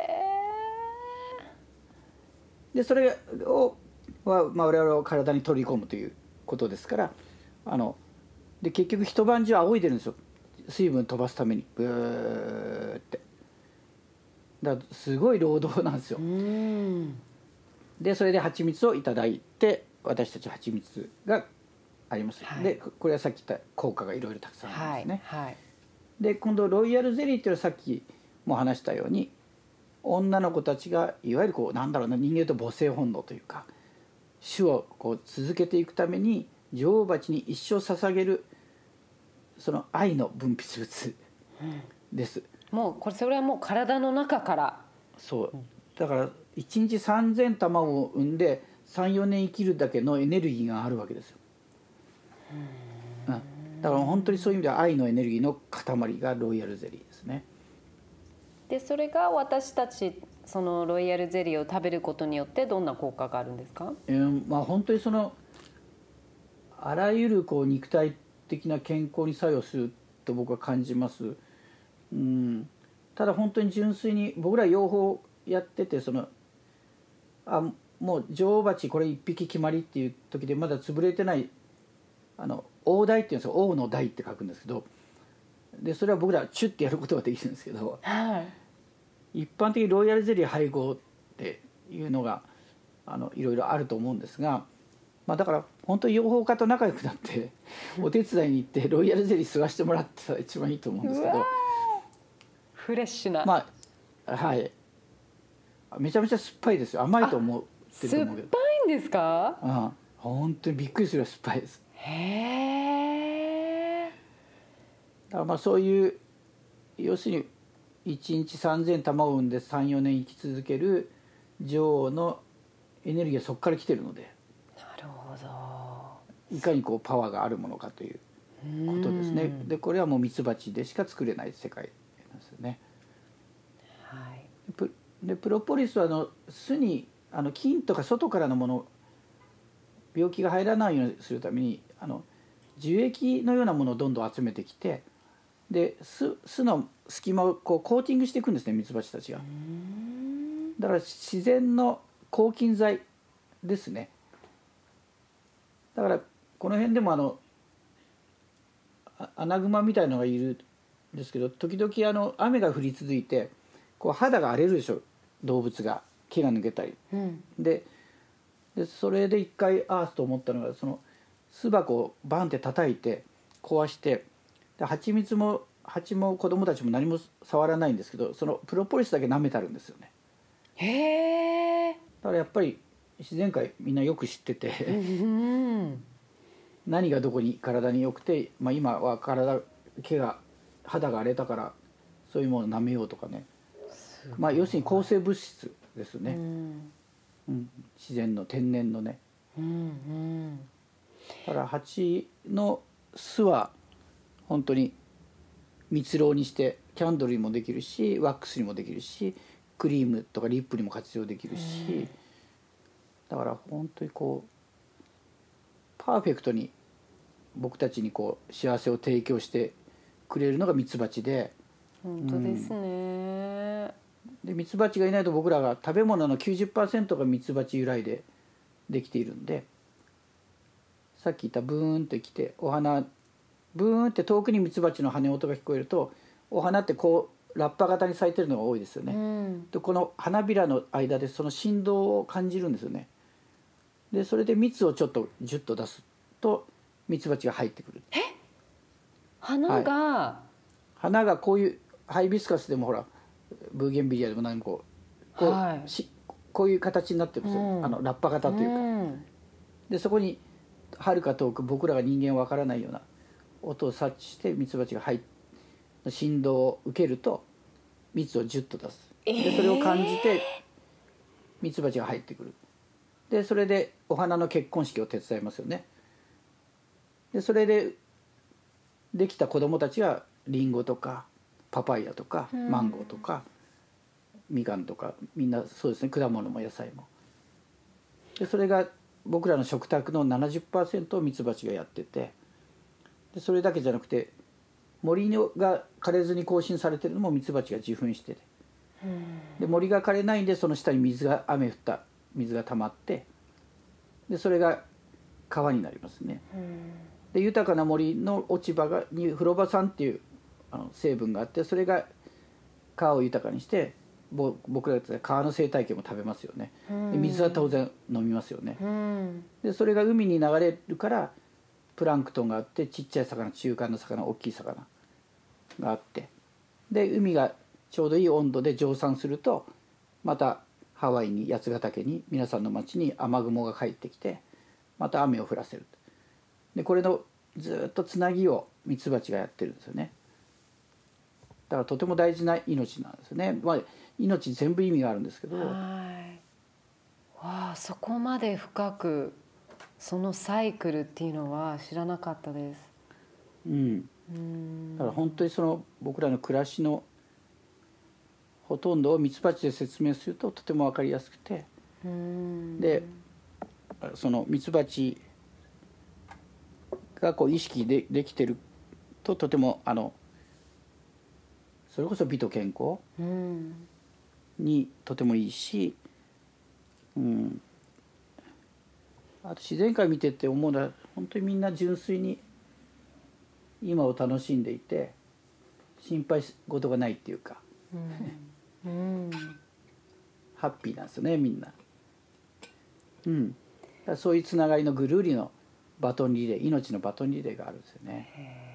でそれをは、まあ、我々を体に取り込むということですから、あので結局一晩中仰いでるんですよ、水分飛ばすためにブーって。だからすごい労働なんですよ。 うんでそれで蜂蜜をいただいて、私たち蜂蜜があります、はい、でこれはさっき言った効果がいろいろたくさんありますね、 はいはい、 で今度ロイヤルゼリーっていうのはさっきも話したように女の子たちがいわゆるこうなんだろうな、人間と母性本能というか種をこう続けていくために女王蜂に一生捧げるその愛の分泌物です、 うん、もうこれそれはもう体の中から。 そうだからいちにちさんぜん卵を産んでさんよねん生きるだけのエネルギーがあるわけですよ、うん、だから本当にそういう意味では愛のエネルギーの塊がロイヤルゼリーですね。 でそれが私たちそのロイヤルゼリーを食べることによってどんな効果があるんですか？ えーまあ、本当にそのあらゆるこう肉体的な健康に作用すると僕は感じます。うん、ただ本当に純粋に僕ら養蜂やってて、そのあもう女王蜂これいっぴき決まりっていう時でまだ潰れてないあの王台っていうんですよ。王の台って書くんですけど、でそれは僕らチュッてやることができるんですけど、 はい、 一般的にロイヤルゼリー配合っていうのがあのいろいろあると思うんですが、まあ、だから本当に養蜂家と仲良くなってお手伝いに行ってロイヤルゼリー吸わしてもらったら一番いいと思うんですけど、 フレッシュな、 まあはいめちゃめちゃ酸っぱいですよ。甘いと思ってると酸っ思うけど、 ぱいんですか？ うん、本当にびっくりするぐらい酸っぱいです。 へえ。 だからまあそういう要するにいちにちさんぜん卵を産んでさんよねん生き続ける女王のエネルギーはそこから来てるので、 なるほど。 いかにこうパワーがあるものかということですね。でこれはもうミツバチでしか作れない世界なんですよね。 はい、 プでプロポリスはあの巣にあの菌とか外からのもの病気が入らないようにするためにあの樹液のようなものをどんどん集めてきて、で 巣, 巣の隙間をこうコーティングしていくんですね、ミツバチたちが。だから自然の抗菌剤ですね。だからこの辺でもあのアナグマみたいなのがいるんですけど、時々あの雨が降り続いてこう肌が荒れるでしょ、動物が毛が抜けたり、 うん、 ででそれで一回ああと思ったのが、その巣箱をバンって叩いて壊して、で蜂蜜も蜂も子供たちも何も触らないんですけど、そのプロポリスだけ舐めてあるんですよね。 へえ。 だからやっぱり自然界みんなよく知ってて、 うん、 何がどこに体に良くて、まあ、今は体毛が肌が荒れたからそういうものを舐めようとかね、まあ、要するに抗生物質ですね、 うんうん、自然の天然のね。 うんうん、 だから蜂の巣は本当に蜜蝋にしてキャンドルにもできるし、ワックスにもできるし、クリームとかリップにも活用できるし、だから本当にこうパーフェクトに僕たちにこう幸せを提供してくれるのがミツバチで、 本当ですね。 でミツバチがいないと僕らが食べ物の きゅうじゅっパーセント がミツバチ由来でできているんで、さっき言ったブーンと来てお花ブーンって遠くにミツバチの羽音が聞こえると、お花ってこうラッパ型に咲いてるのが多いですよね、 うん、 でこの花びらの間でその振動を感じるんですよね。でそれで蜜をちょっとジュッと出すとミツバチが入ってくる。 え花が、 はい、花がこういうハイビスカスでもほらブーゲンビリアでも何もこうこう、はい、しこういう形になってるんですよ、うん、あのラッパ型というか、うん、でそこにはるか遠く僕らが人間わからないような音を察知してミツバチが入って振動を受けると蜜をジュッと出す。でそれを感じてミツバチが入ってくる。でそれでお花の結婚式を手伝いますよね。でそれでできた子供たちがリンゴとかパパイヤとかマンゴーとかみかんとかみんなそうですね、果物も野菜も。でそれが僕らの食卓の ななじゅっパーセント をミツバチがやってて、でそれだけじゃなくて森が枯れずに更新されてるのもミツバチが受粉してて、で森が枯れないんでその下に水が雨降った水が溜まって、でそれが川になりますね。で豊かな森の落ち葉がにフロバ酸っていうあの成分があって、それが川を豊かにしてぼ僕らが川の生態系も食べますよね。で水は当然飲みますよね。でそれが海に流れるからプランクトンがあって、ちっちゃい魚、中間の魚、大きい魚があって、で海がちょうどいい温度で蒸散するとまたハワイに八ヶ岳に皆さんの町に雨雲が帰ってきてまた雨を降らせる。でこれのずっとつなぎをミツバチがやってるんですよね。だからとても大事な命なんですよね。まあ命全部意味があるんですけど、はい、 わあ、そこまで深くそのサイクルっていうのは知らなかったです。 うん、うんだから本当にその僕らの暮らしのほとんどをミツバチで説明するととても分かりやすくて、でそのミツバチがこう意識でできてるととてもあのそれこそ美と健康にとてもいいし、うん、あと自然界見てて思うのは本当にみんな純粋に今を楽しんでいて心配事がないっていうか、うんうん、ハッピーなんですよねみんな。うん、だからそういうつながりのぐるりのバトンリレー、命のバトンリレーがあるんですよね。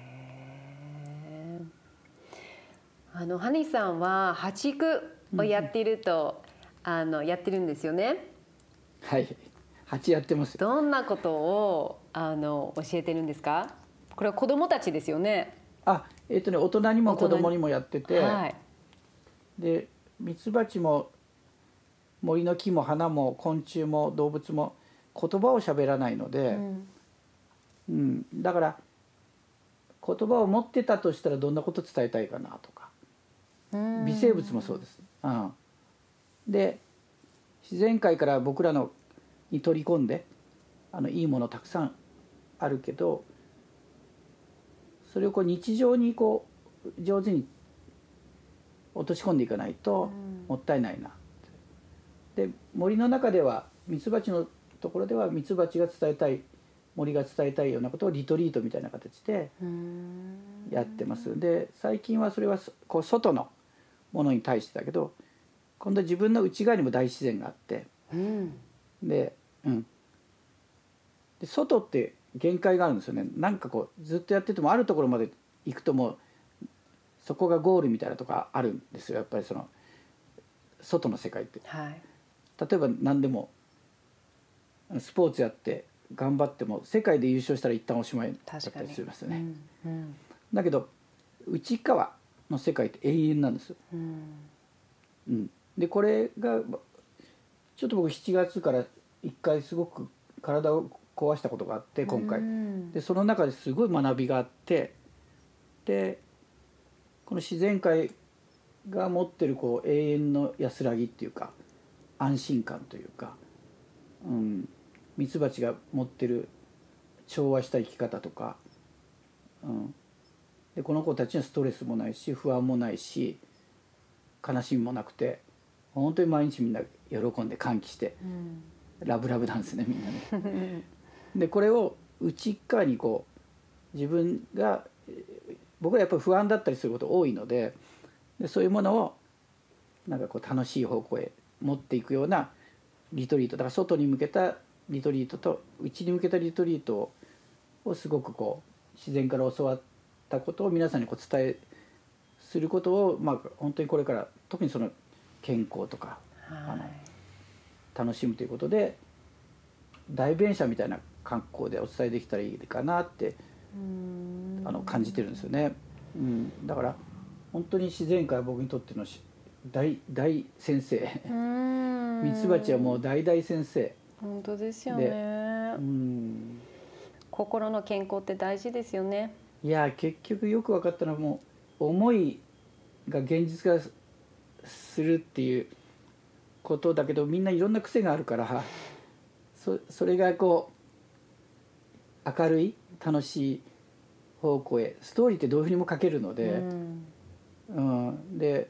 へあのハニーさんは蜂育をやっていると、うん、あのやってるんですよね。 はい、蜂やってますよ。 どんなことをあの教えてるんですか。これは子どもたちですよね。 あ、えっとね大人にも子供にもやってて、はい、でミツバチも森の木も花も昆虫も動物も言葉を喋らないので、うんうん、だから言葉を持ってたとしたらどんなこと伝えたいかなとか、微生物もそうです、うん、で自然界から僕らのに取り込んであのいいものたくさんあるけど、それをこう日常にこう上手に落とし込んでいかないともったいないな。で森の中ではミツバチのところではミツバチが伝えたい、森が伝えたいようなことをリトリートみたいな形でやってます。で最近はそれはこう外のものに対してだけど、今度は自分の内側にも大自然があって、うん、で、うん、で外って限界があるんですよね。なんかこうずっとやっててもあるところまで行くともうそこがゴールみたいなとこあるんですよ。やっぱりその外の世界って、はい、例えば何でもスポーツやって頑張っても世界で優勝したら一旦おしまいだったりしますよね、うんうん、だけど内側の世界って永遠なんです、うんうん、でこれがちょっと僕しちがつからいっかいすごく体を壊したことがあって今回、うん、でその中ですごい学びがあって、でこの自然界が持ってるこう永遠の安らぎっていうか安心感というか、うん、ミツバチが持ってる調和した生き方とか、うん、でこの子たちにはストレスもないし不安もないし悲しみもなくて本当に毎日みんな喜んで歓喜して、うん、ラブラブなんですねみんなねでこれを内側にこう自分が僕らやっぱり不安だったりすること多いので、でそういうものをなんかこう楽しい方向へ持っていくようなリトリートだから外に向けたリトリートと内に向けたリトリートをすごくこう自然から教わったことを皆さんにこう伝えすることを、まあ、本当にこれから特にその健康とか、はい、あの楽しむということで代弁者みたいな観光でお伝えできたらいいかなってあの感じてるんですよね、うん、だから本当に自然界は僕にとっての大大先生ミツバチはもう大大先生本当ですよね。うん心の健康って大事ですよね。 いや結局よく分かったのはもう思いが現実化するっていうことだけど、みんないろんな癖があるからそ, それがこう明るい楽しい方向へストーリーってどういうふうにも書けるので、うんうん、で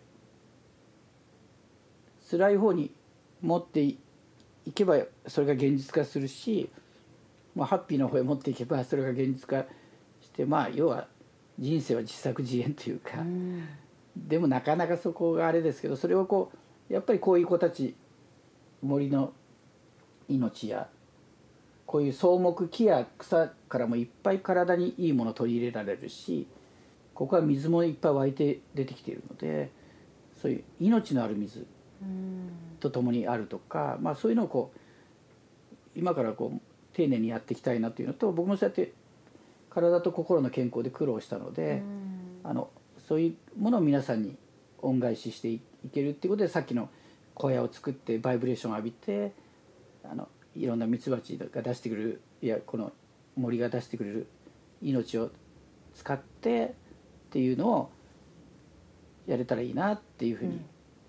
辛い方に持っていけばそれが現実化するし、まあ、ハッピーな方へ持っていけばそれが現実化して、まあ要は人生は自作自演というか、うん、でもなかなかそこがあれですけど、それをこうやっぱりこういう子たち森の命やこういう草木木や草からもいっぱい体にいいものを取り入れられるし、ここは水もいっぱい湧いて出てきているので、そういう命のある水とともにあるとか、まあ、そういうのをこう今からこう丁寧にやっていきたいなというのと、僕もそうやって体と心の健康で苦労したので、あのそういうものを皆さんに恩返ししていけるっていうことで、さっきの小屋を作ってバイブレーションを浴びて、あのいろんなミツバチが出してくれる、いやこの森が出してくれる命を使ってっていうのをやれたらいいなっていうふうに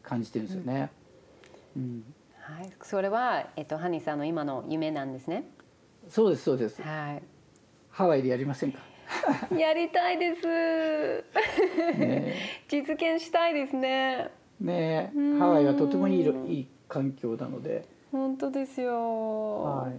感じてるんですよね。うん、 はい、それは、えっと、ハニーさんの今の夢なんですね。 そうですそうです。 はい。 ハワイでやりませんか？ やりたいです。 ね実現したいですね。 ねハワイはとてもいいいい環境なので。 本当ですよ。 はい。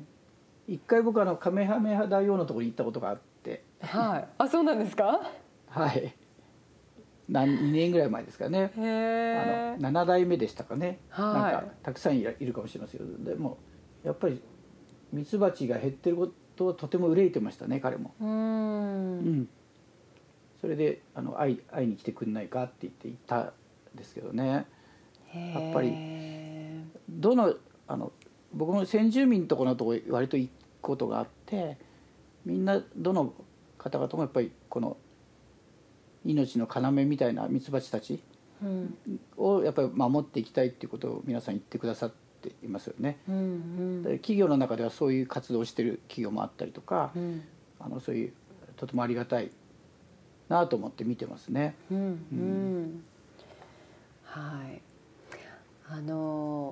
一回僕あのカメハメハ大王のところに行ったことがあって。 はい。あ、そうなんですか？ はい。何にねんぐらい前ですかね。 へえ。 あのなな代目でしたかね。 はい。 なんかたくさんいるかもしれませんけど、でもやっぱりミツバチが減ってることをとても憂いてましたね、彼も。 うん。 うん。それであの会い会いに来てくれないかって言って行ったんですけどね。やっぱりどのあの僕も先住民のところのところ割と行くことがあって、みんなどの方々もやっぱりこの命の要みたいなミツバチたちをやっぱり守っていきたいっていうことを皆さん言ってくださっていますよね。うんうん、企業の中ではそういう活動をしている企業もあったりとか、うん、あのそういうとてもありがたいなと思って見てますね。うんうん、 はい。あの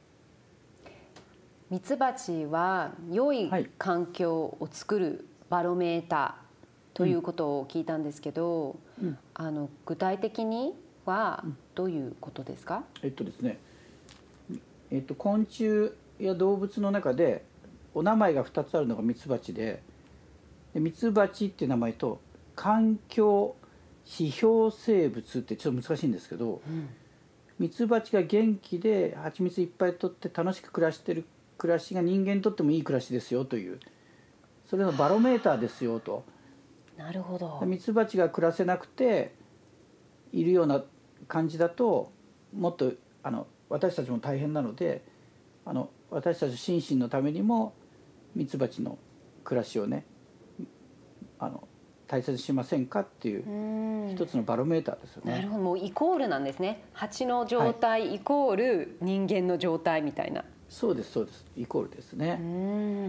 ミツバチは良い環境を作るバロメーターということを聞いたんですけど、うん、あの具体的にはどういうことですか？ えっとですね、えっと、昆虫や動物の中でお名前がふたつあるのがミツバチで、ミツバチっていう名前と環境指標生物ってちょっと難しいんですけど、ミツバチが元気で蜂蜜いっぱい取って楽しく暮らしてる暮らしが人間にとってもいい暮らしですよという、それのバロメーターですよと。 なるほど。 ミツバチが暮らせなくているような感じだと、もっとあの私たちも大変なので、あの私たち心身のためにもミツバチの暮らしをね、あの大切にしませんかっていう一つのバロメーターですよね。 なるほど、もうイコールなんですね。蜂の状態イコール人間の状態みたいな。はい、 そうですそうです、イコールですね。 うん、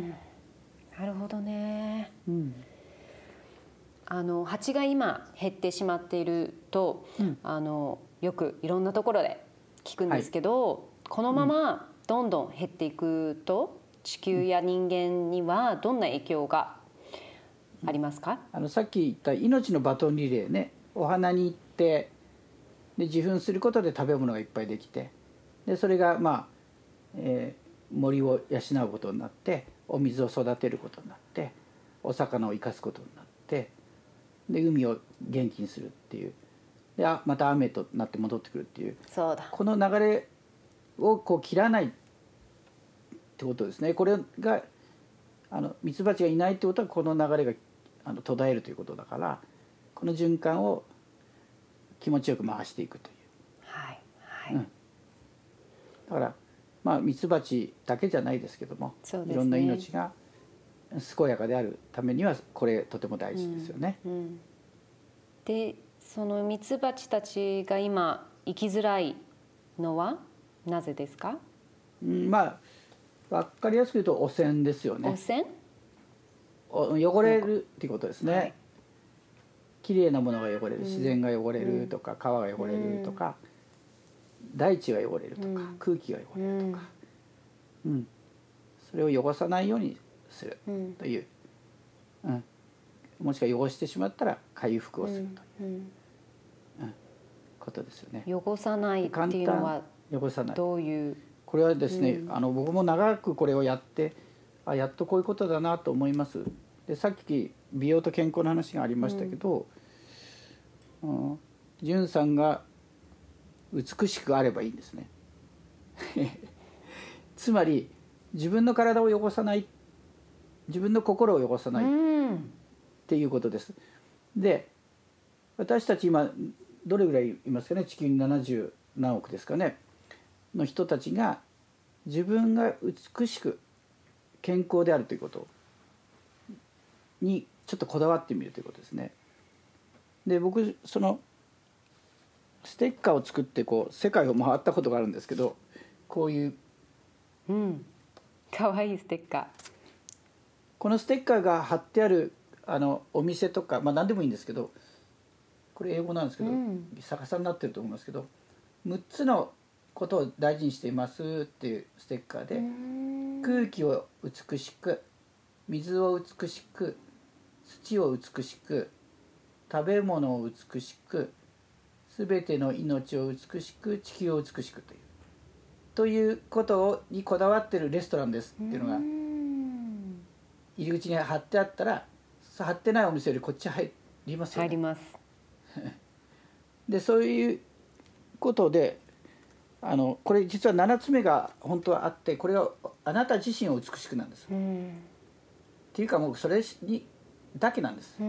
なるほどね。うん、あの蜂が今減ってしまっていると、うん、あのよくいろんなところで聞くんですけど、はい、このままどんどん減っていくと地球や人間にはどんな影響がありますか？ あのさっき言った命のバトンリレーね、お花に行ってで受粉することで食べ物がいっぱいできて、でそれがまあ、えー、森を養うことになって、お水を育てることになって、お魚を生かすことになって、で海を元気にするっていう、であまた雨となって戻ってくるっていう、 そうだ、 この流れをこう切らないってことですね。これがあのミツバチがいないってことはこの流れがあの途絶えるということだから、この循環を気持ちよく回していくという。 はいはい。 うん、だからまあミツバチだけじゃないですけども、ね、いろんな命が健やかであるためにはこれとても大事ですよね。うんうん、 でそのミツバチたちが今生きづらいのはなぜですか？ うん、まあ分かりやすく言うと汚染ですよね。 汚染？ 汚れるっていうことですね。はい、きれいなものが汚れる、自然が汚れるとか、うん、川が汚れるとか、うん、大地が汚れるとか、うん、空気が汚れるとか、うんうん、それを汚さないようにするという、うん、もしくは汚してしまったら回復をするという、うんうん、ことですよね。 汚さないっていうのは汚さないどういう？ これはですね、うん、あの僕も長くこれをやってあやっとこういうことだなと思います。でさっき美容と健康の話がありましたけど、うん、純さんが美しくあればいいんですねつまり自分の体を汚さない、自分の心を汚さないっていうことです。で私たち今どれぐらいいますかね、地球にななじゅう何億ですかねの人たちが自分が美しく健康であるということにちょっとこだわってみるということですね。で僕そのステッカーを作ってこう世界を回ったことがあるんですけど、こういう、 うん、かわいいステッカー、 このステッカーが貼ってあるあのお店とか、まあ何でもいいんですけど、これ英語なんですけど、うん、逆さになってると思いますけど、むっつのことを大事にしていますっていうステッカーで、空気を美しく、水を美しく、土を美しく、食べ物を美しく、すべての命を美しく、地球を美しくというということにこだわってるレストランですっていうのが入り口に貼ってあったら、貼ってないお店よりこっち入りますよね。 入ります。 でそういうことで、あのこれ実はななつめが本当はあって、これがあなた自身を美しくなんです、うん、っていうかもうそれにだけなんです、うん、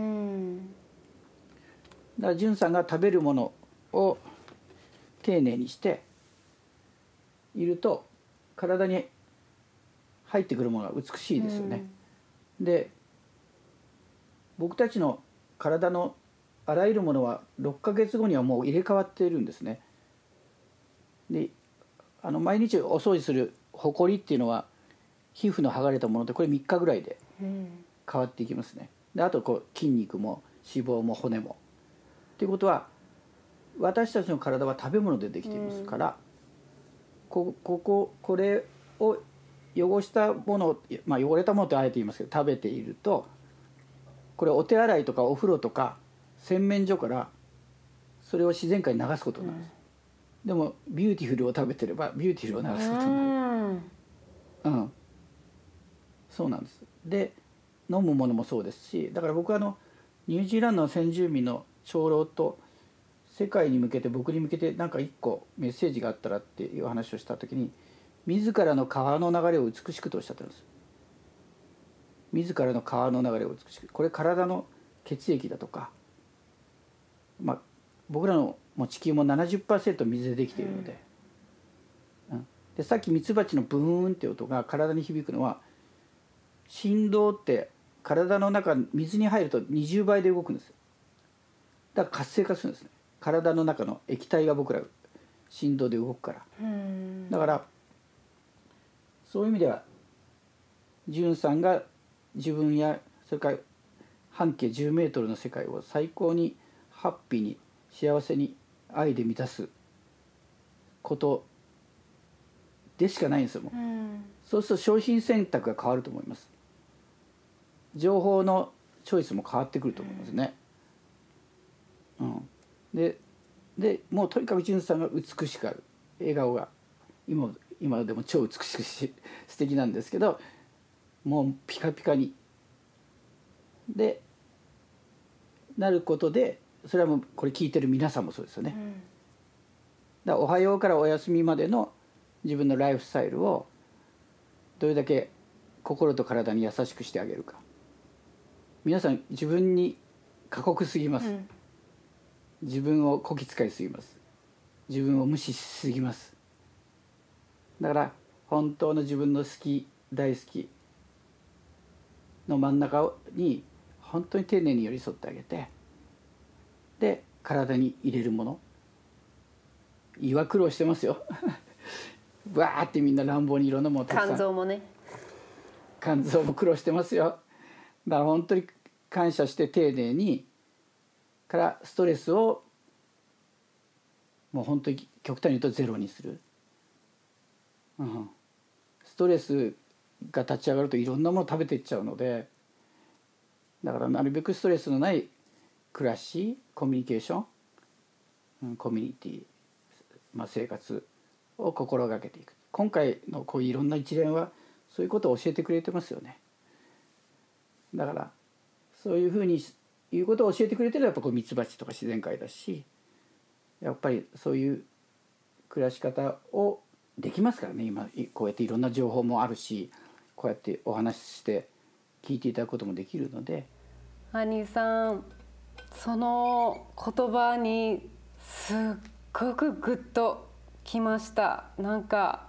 だから潤さんが食べるものを丁寧にしていると体に入ってくるものが美しいですよね、うん、で僕たちの体のあらゆるものはろっかげつごにはもう入れ替わっているんですね。であの毎日お掃除するほこりっていうのは皮膚の剥がれたもので、これみっかぐらいで変わっていきますね。であとこう筋肉も脂肪も骨もっていうことは、私たちの体は食べ物でできていますから、うん、ここここれを汚したもの、まあ、汚れたものってあえて言いますけど、食べているとこれお手洗いとかお風呂とか洗面所からそれを自然界に流すことになるんです、うん、でもビューティフルを食べてればビューティフルを流すことになる、うん、うん、そうなんです。で飲むものもそうですし、だから僕はあのニュージーランドの先住民の長老と世界に向けて、僕に向けて何か一個メッセージがあったらっていう話をした時に、自らの川の流れを美しくとおっしゃってるんです。自らの川の流れを美しく、これ体の血液だとか、まあ、僕らのもう地球も ななじゅっパーセント 水でできているので、うん、でさっきミツバチのブーンって音が体に響くのは、振動って体の中水に入るとにじゅうばいで動くんですよ。だから活性化するんですね。体の中の液体が僕ら振動で動くから。だからそういう意味では潤さんが自分やそれから半径じゅうメートルの世界を最高にハッピーに幸せに愛で満たすことでしかないんですよ。もう、うん、そうすると商品選択が変わると思います。情報のチョイスも変わってくると思いますね、うん、で, でもうとにかく潤さんが美しくある、笑顔が 今, 今でも超美しくし素敵なんですけど、もうピカピカにでなることで、それはもうこれ聞いてる皆さんもそうですよね、うん、だからおはようからお休みまでの自分のライフスタイルをどれだけ心と体に優しくしてあげるか。皆さん自分に過酷すぎます、うん、自分をこき使いすぎます、自分を無視しすぎます。だから本当の自分の好き大好きの真ん中に本当に丁寧に寄り添ってあげて、で体に入れるもの、胃は苦労してますよわーってみんな乱暴にいろんなものたくさん、 肝臓もね、 肝臓も苦労してますよ。だから本当に感謝して丁寧にからストレスをもう本当に極端に言うとゼロにする、うん、ストレスが立ち上がるといろんなもの食べていっちゃうので、だからなるべくストレスのない暮らし、コミュニケーション、うん、コミュニティ、まあ、生活を心がけていく。今回のこういういろんな一連はそういうことを教えてくれてますよね。だからそういうふうにいうことを教えてくれてるのはやっぱこうミツバチとか自然界だし、やっぱりそういう暮らし方をできますからね。今こうやっていろんな情報もあるし、こうやってお話しして聞いていただくこともできるので。 ハニーさん、その言葉にすっごくグッときました。なんか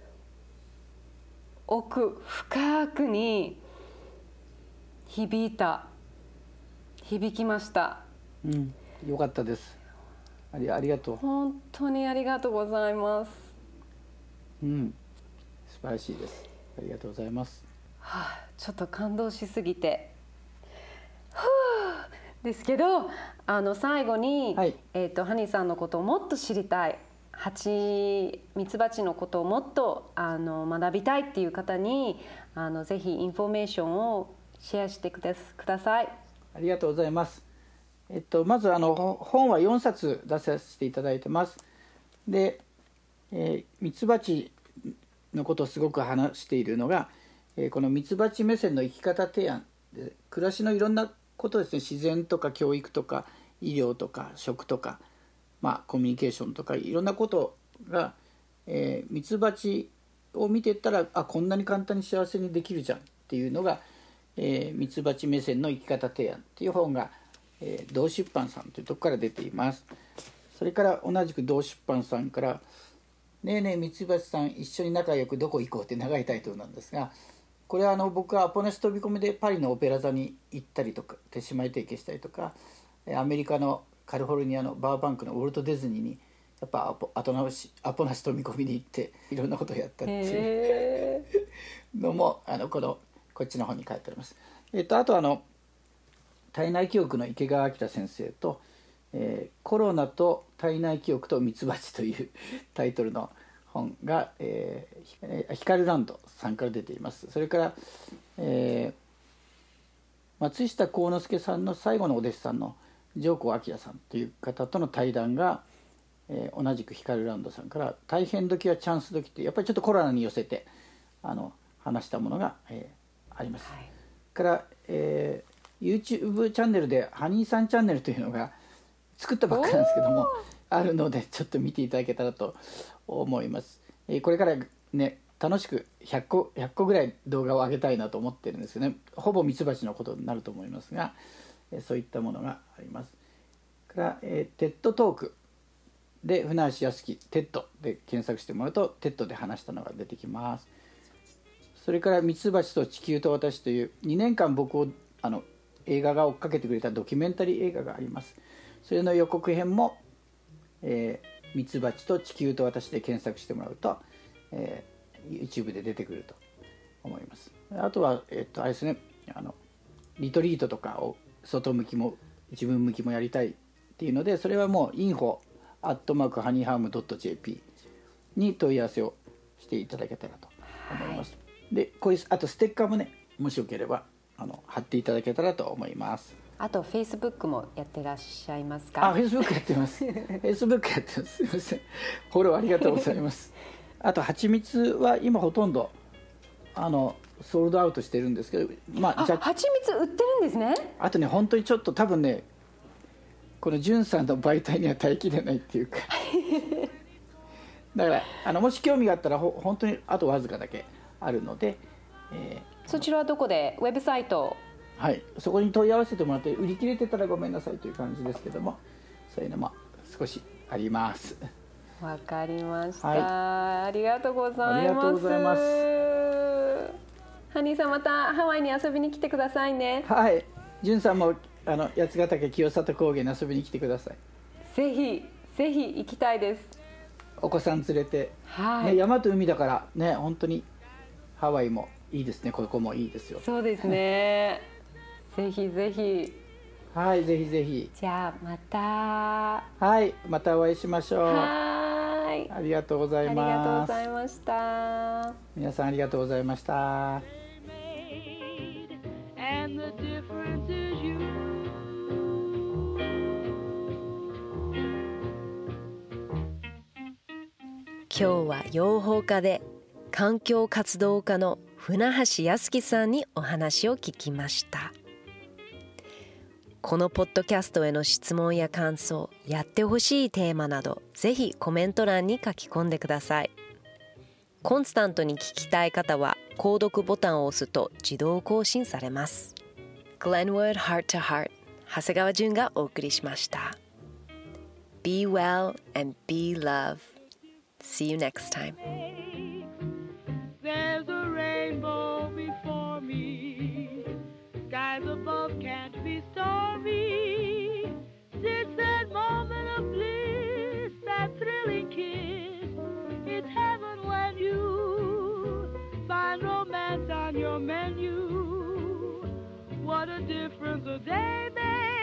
奥深くに響いた響きました、 うん、よかったです。あり、ありがとう。 本当にありがとうございます。 うん、素晴らしいです。ありがとうございます。 はあ、ちょっと感動しすぎてふうですけど、あの最後に、はい、えーと、ハニーさんのことをもっと知りたい、 蜂ミツバチのことをもっとあの学びたいっていう方にあのぜひインフォメーションをシェアしてくだください。 ありがとうございます。えっと、まずあの本はよんさつ出させていただいてます。で、えー、ミツバチのことをすごく話しているのが、えー、このミツバチ目線の生き方提案で、暮らしのいろんなことですね、自然とか教育とか医療とか食とか、まあ、コミュニケーションとかいろんなことが、えー、ミツバチを見ていったら、あ、こんなに簡単に幸せにできるじゃんっていうのが、えー、ミツバチ目線の生き方提案っていう本が、えー、同出版さんというところから出ています。それから同じく同出版さんからねえねえミツバチさん一緒に仲良くどこ行こうって長いタイトルなんですが、これはあの僕はアポなし飛び込みでパリのオペラ座に行ったりとか手姉妹提携したりとか、アメリカのカリフォルニアのバーバンクのウォルト・ディズニーにやっぱアポ、アポなしアポなし飛び込みに行っていろんなことをやったっていうのもあのこのこっちの本に書いてあります。えっと、あとあの体内記憶の池川明先生と、えー、コロナと体内記憶とミツバチというタイトルの本が、えー、ヒカルランドさんから出ています。それから、えー、松下幸之助さんの最後のお弟子さんの上皇明さんという方との対談が、えー、同じくヒカルランドさんから大変時はチャンス時ってやっぱりちょっとコロナに寄せてあの話したものが、えー、あります。はい、から、えー、YouTube チャンネルでハニーさんチャンネルというのが作ったばっかりなんですけどもあるのでちょっと見ていただけたらと思います。えー、これからね楽しくひゃっこ、ひゃっこぐらい動画を上げたいなと思ってるんですけどね、ほぼミツバチのことになると思いますが、えー、そういったものがあります。から、えー、テッドトークで船橋康樹テッドで検索してもらうとテッドで話したのが出てきます。それからミツバチと地球と私というにねんかん僕をあの映画が追っかけてくれたドキュメンタリー映画があります。それの予告編も、えー、ミツバチと地球と私で検索してもらうと、えー、YouTube で出てくると思います。あとは、えー、っとあれですね、あのリトリートとかを外向きも自分向きもやりたいっていうので、それはもう インフォ アットマーク ハニーハーム ドット ジェーピー に問い合わせをしていただけたらと思います。はい、でこういうあとステッカーもね、もしよければあの貼っていただけたらと思います。 あと Facebook もやってらっしゃいますか？ あ、Facebook やってます。Facebook やってます。すみません。フォローありがとうございます。あと蜂蜜は今ほとんどあのソールドアウトしてるんですけど、まあ、 あ、蜂蜜売ってるんですね。 あとね、本当にちょっと多分ね、このじゅんさんの媒体には耐えきれないっていうかだからあのもし興味があったらほ本当にあとわずかだけあるので、えー、そちらはどこで？ウェブサイト？ はい、そこに問い合わせてもらって、売り切れてたらごめんなさいという感じですけども、そういうのも少しあります。 わかりました、 はい、 ありがとうございます。ありがとうございます。ハニーさん、またハワイに遊びに来てくださいね。 はい、じゅんさんもあの八ヶ岳清里高原に遊びに来てください。 ぜひぜひ行きたいです。 お子さん連れて、 はいね、山と海だからね、本当にハワイもいいですね。ここもいいですよ。 そうですねぜひぜひ。 はい、ぜひぜひ。 じゃあまた。 はい、またお会いしましょう。 はい、 ありがとうございます。 ありがとうございました。 皆さんありがとうございました。 今日は養蜂家で環境活動家の船橋康樹さんにお話を聞きました。このポッドキャストへの質問や感想、やってほしいテーマなど、ぜひコメント欄に書き込んでください。コンスタントに聞きたい方は購読ボタンを押すと自動更新されます。Glenwood Heart to Heart、長谷川純がお送りしました。Be well and be love.See you next time. There's a rainbow before me. Skies above can't be stormy. It's that moment of bliss, that thrilling kiss. It's heaven when you find romance on your menu. What a difference a day makes.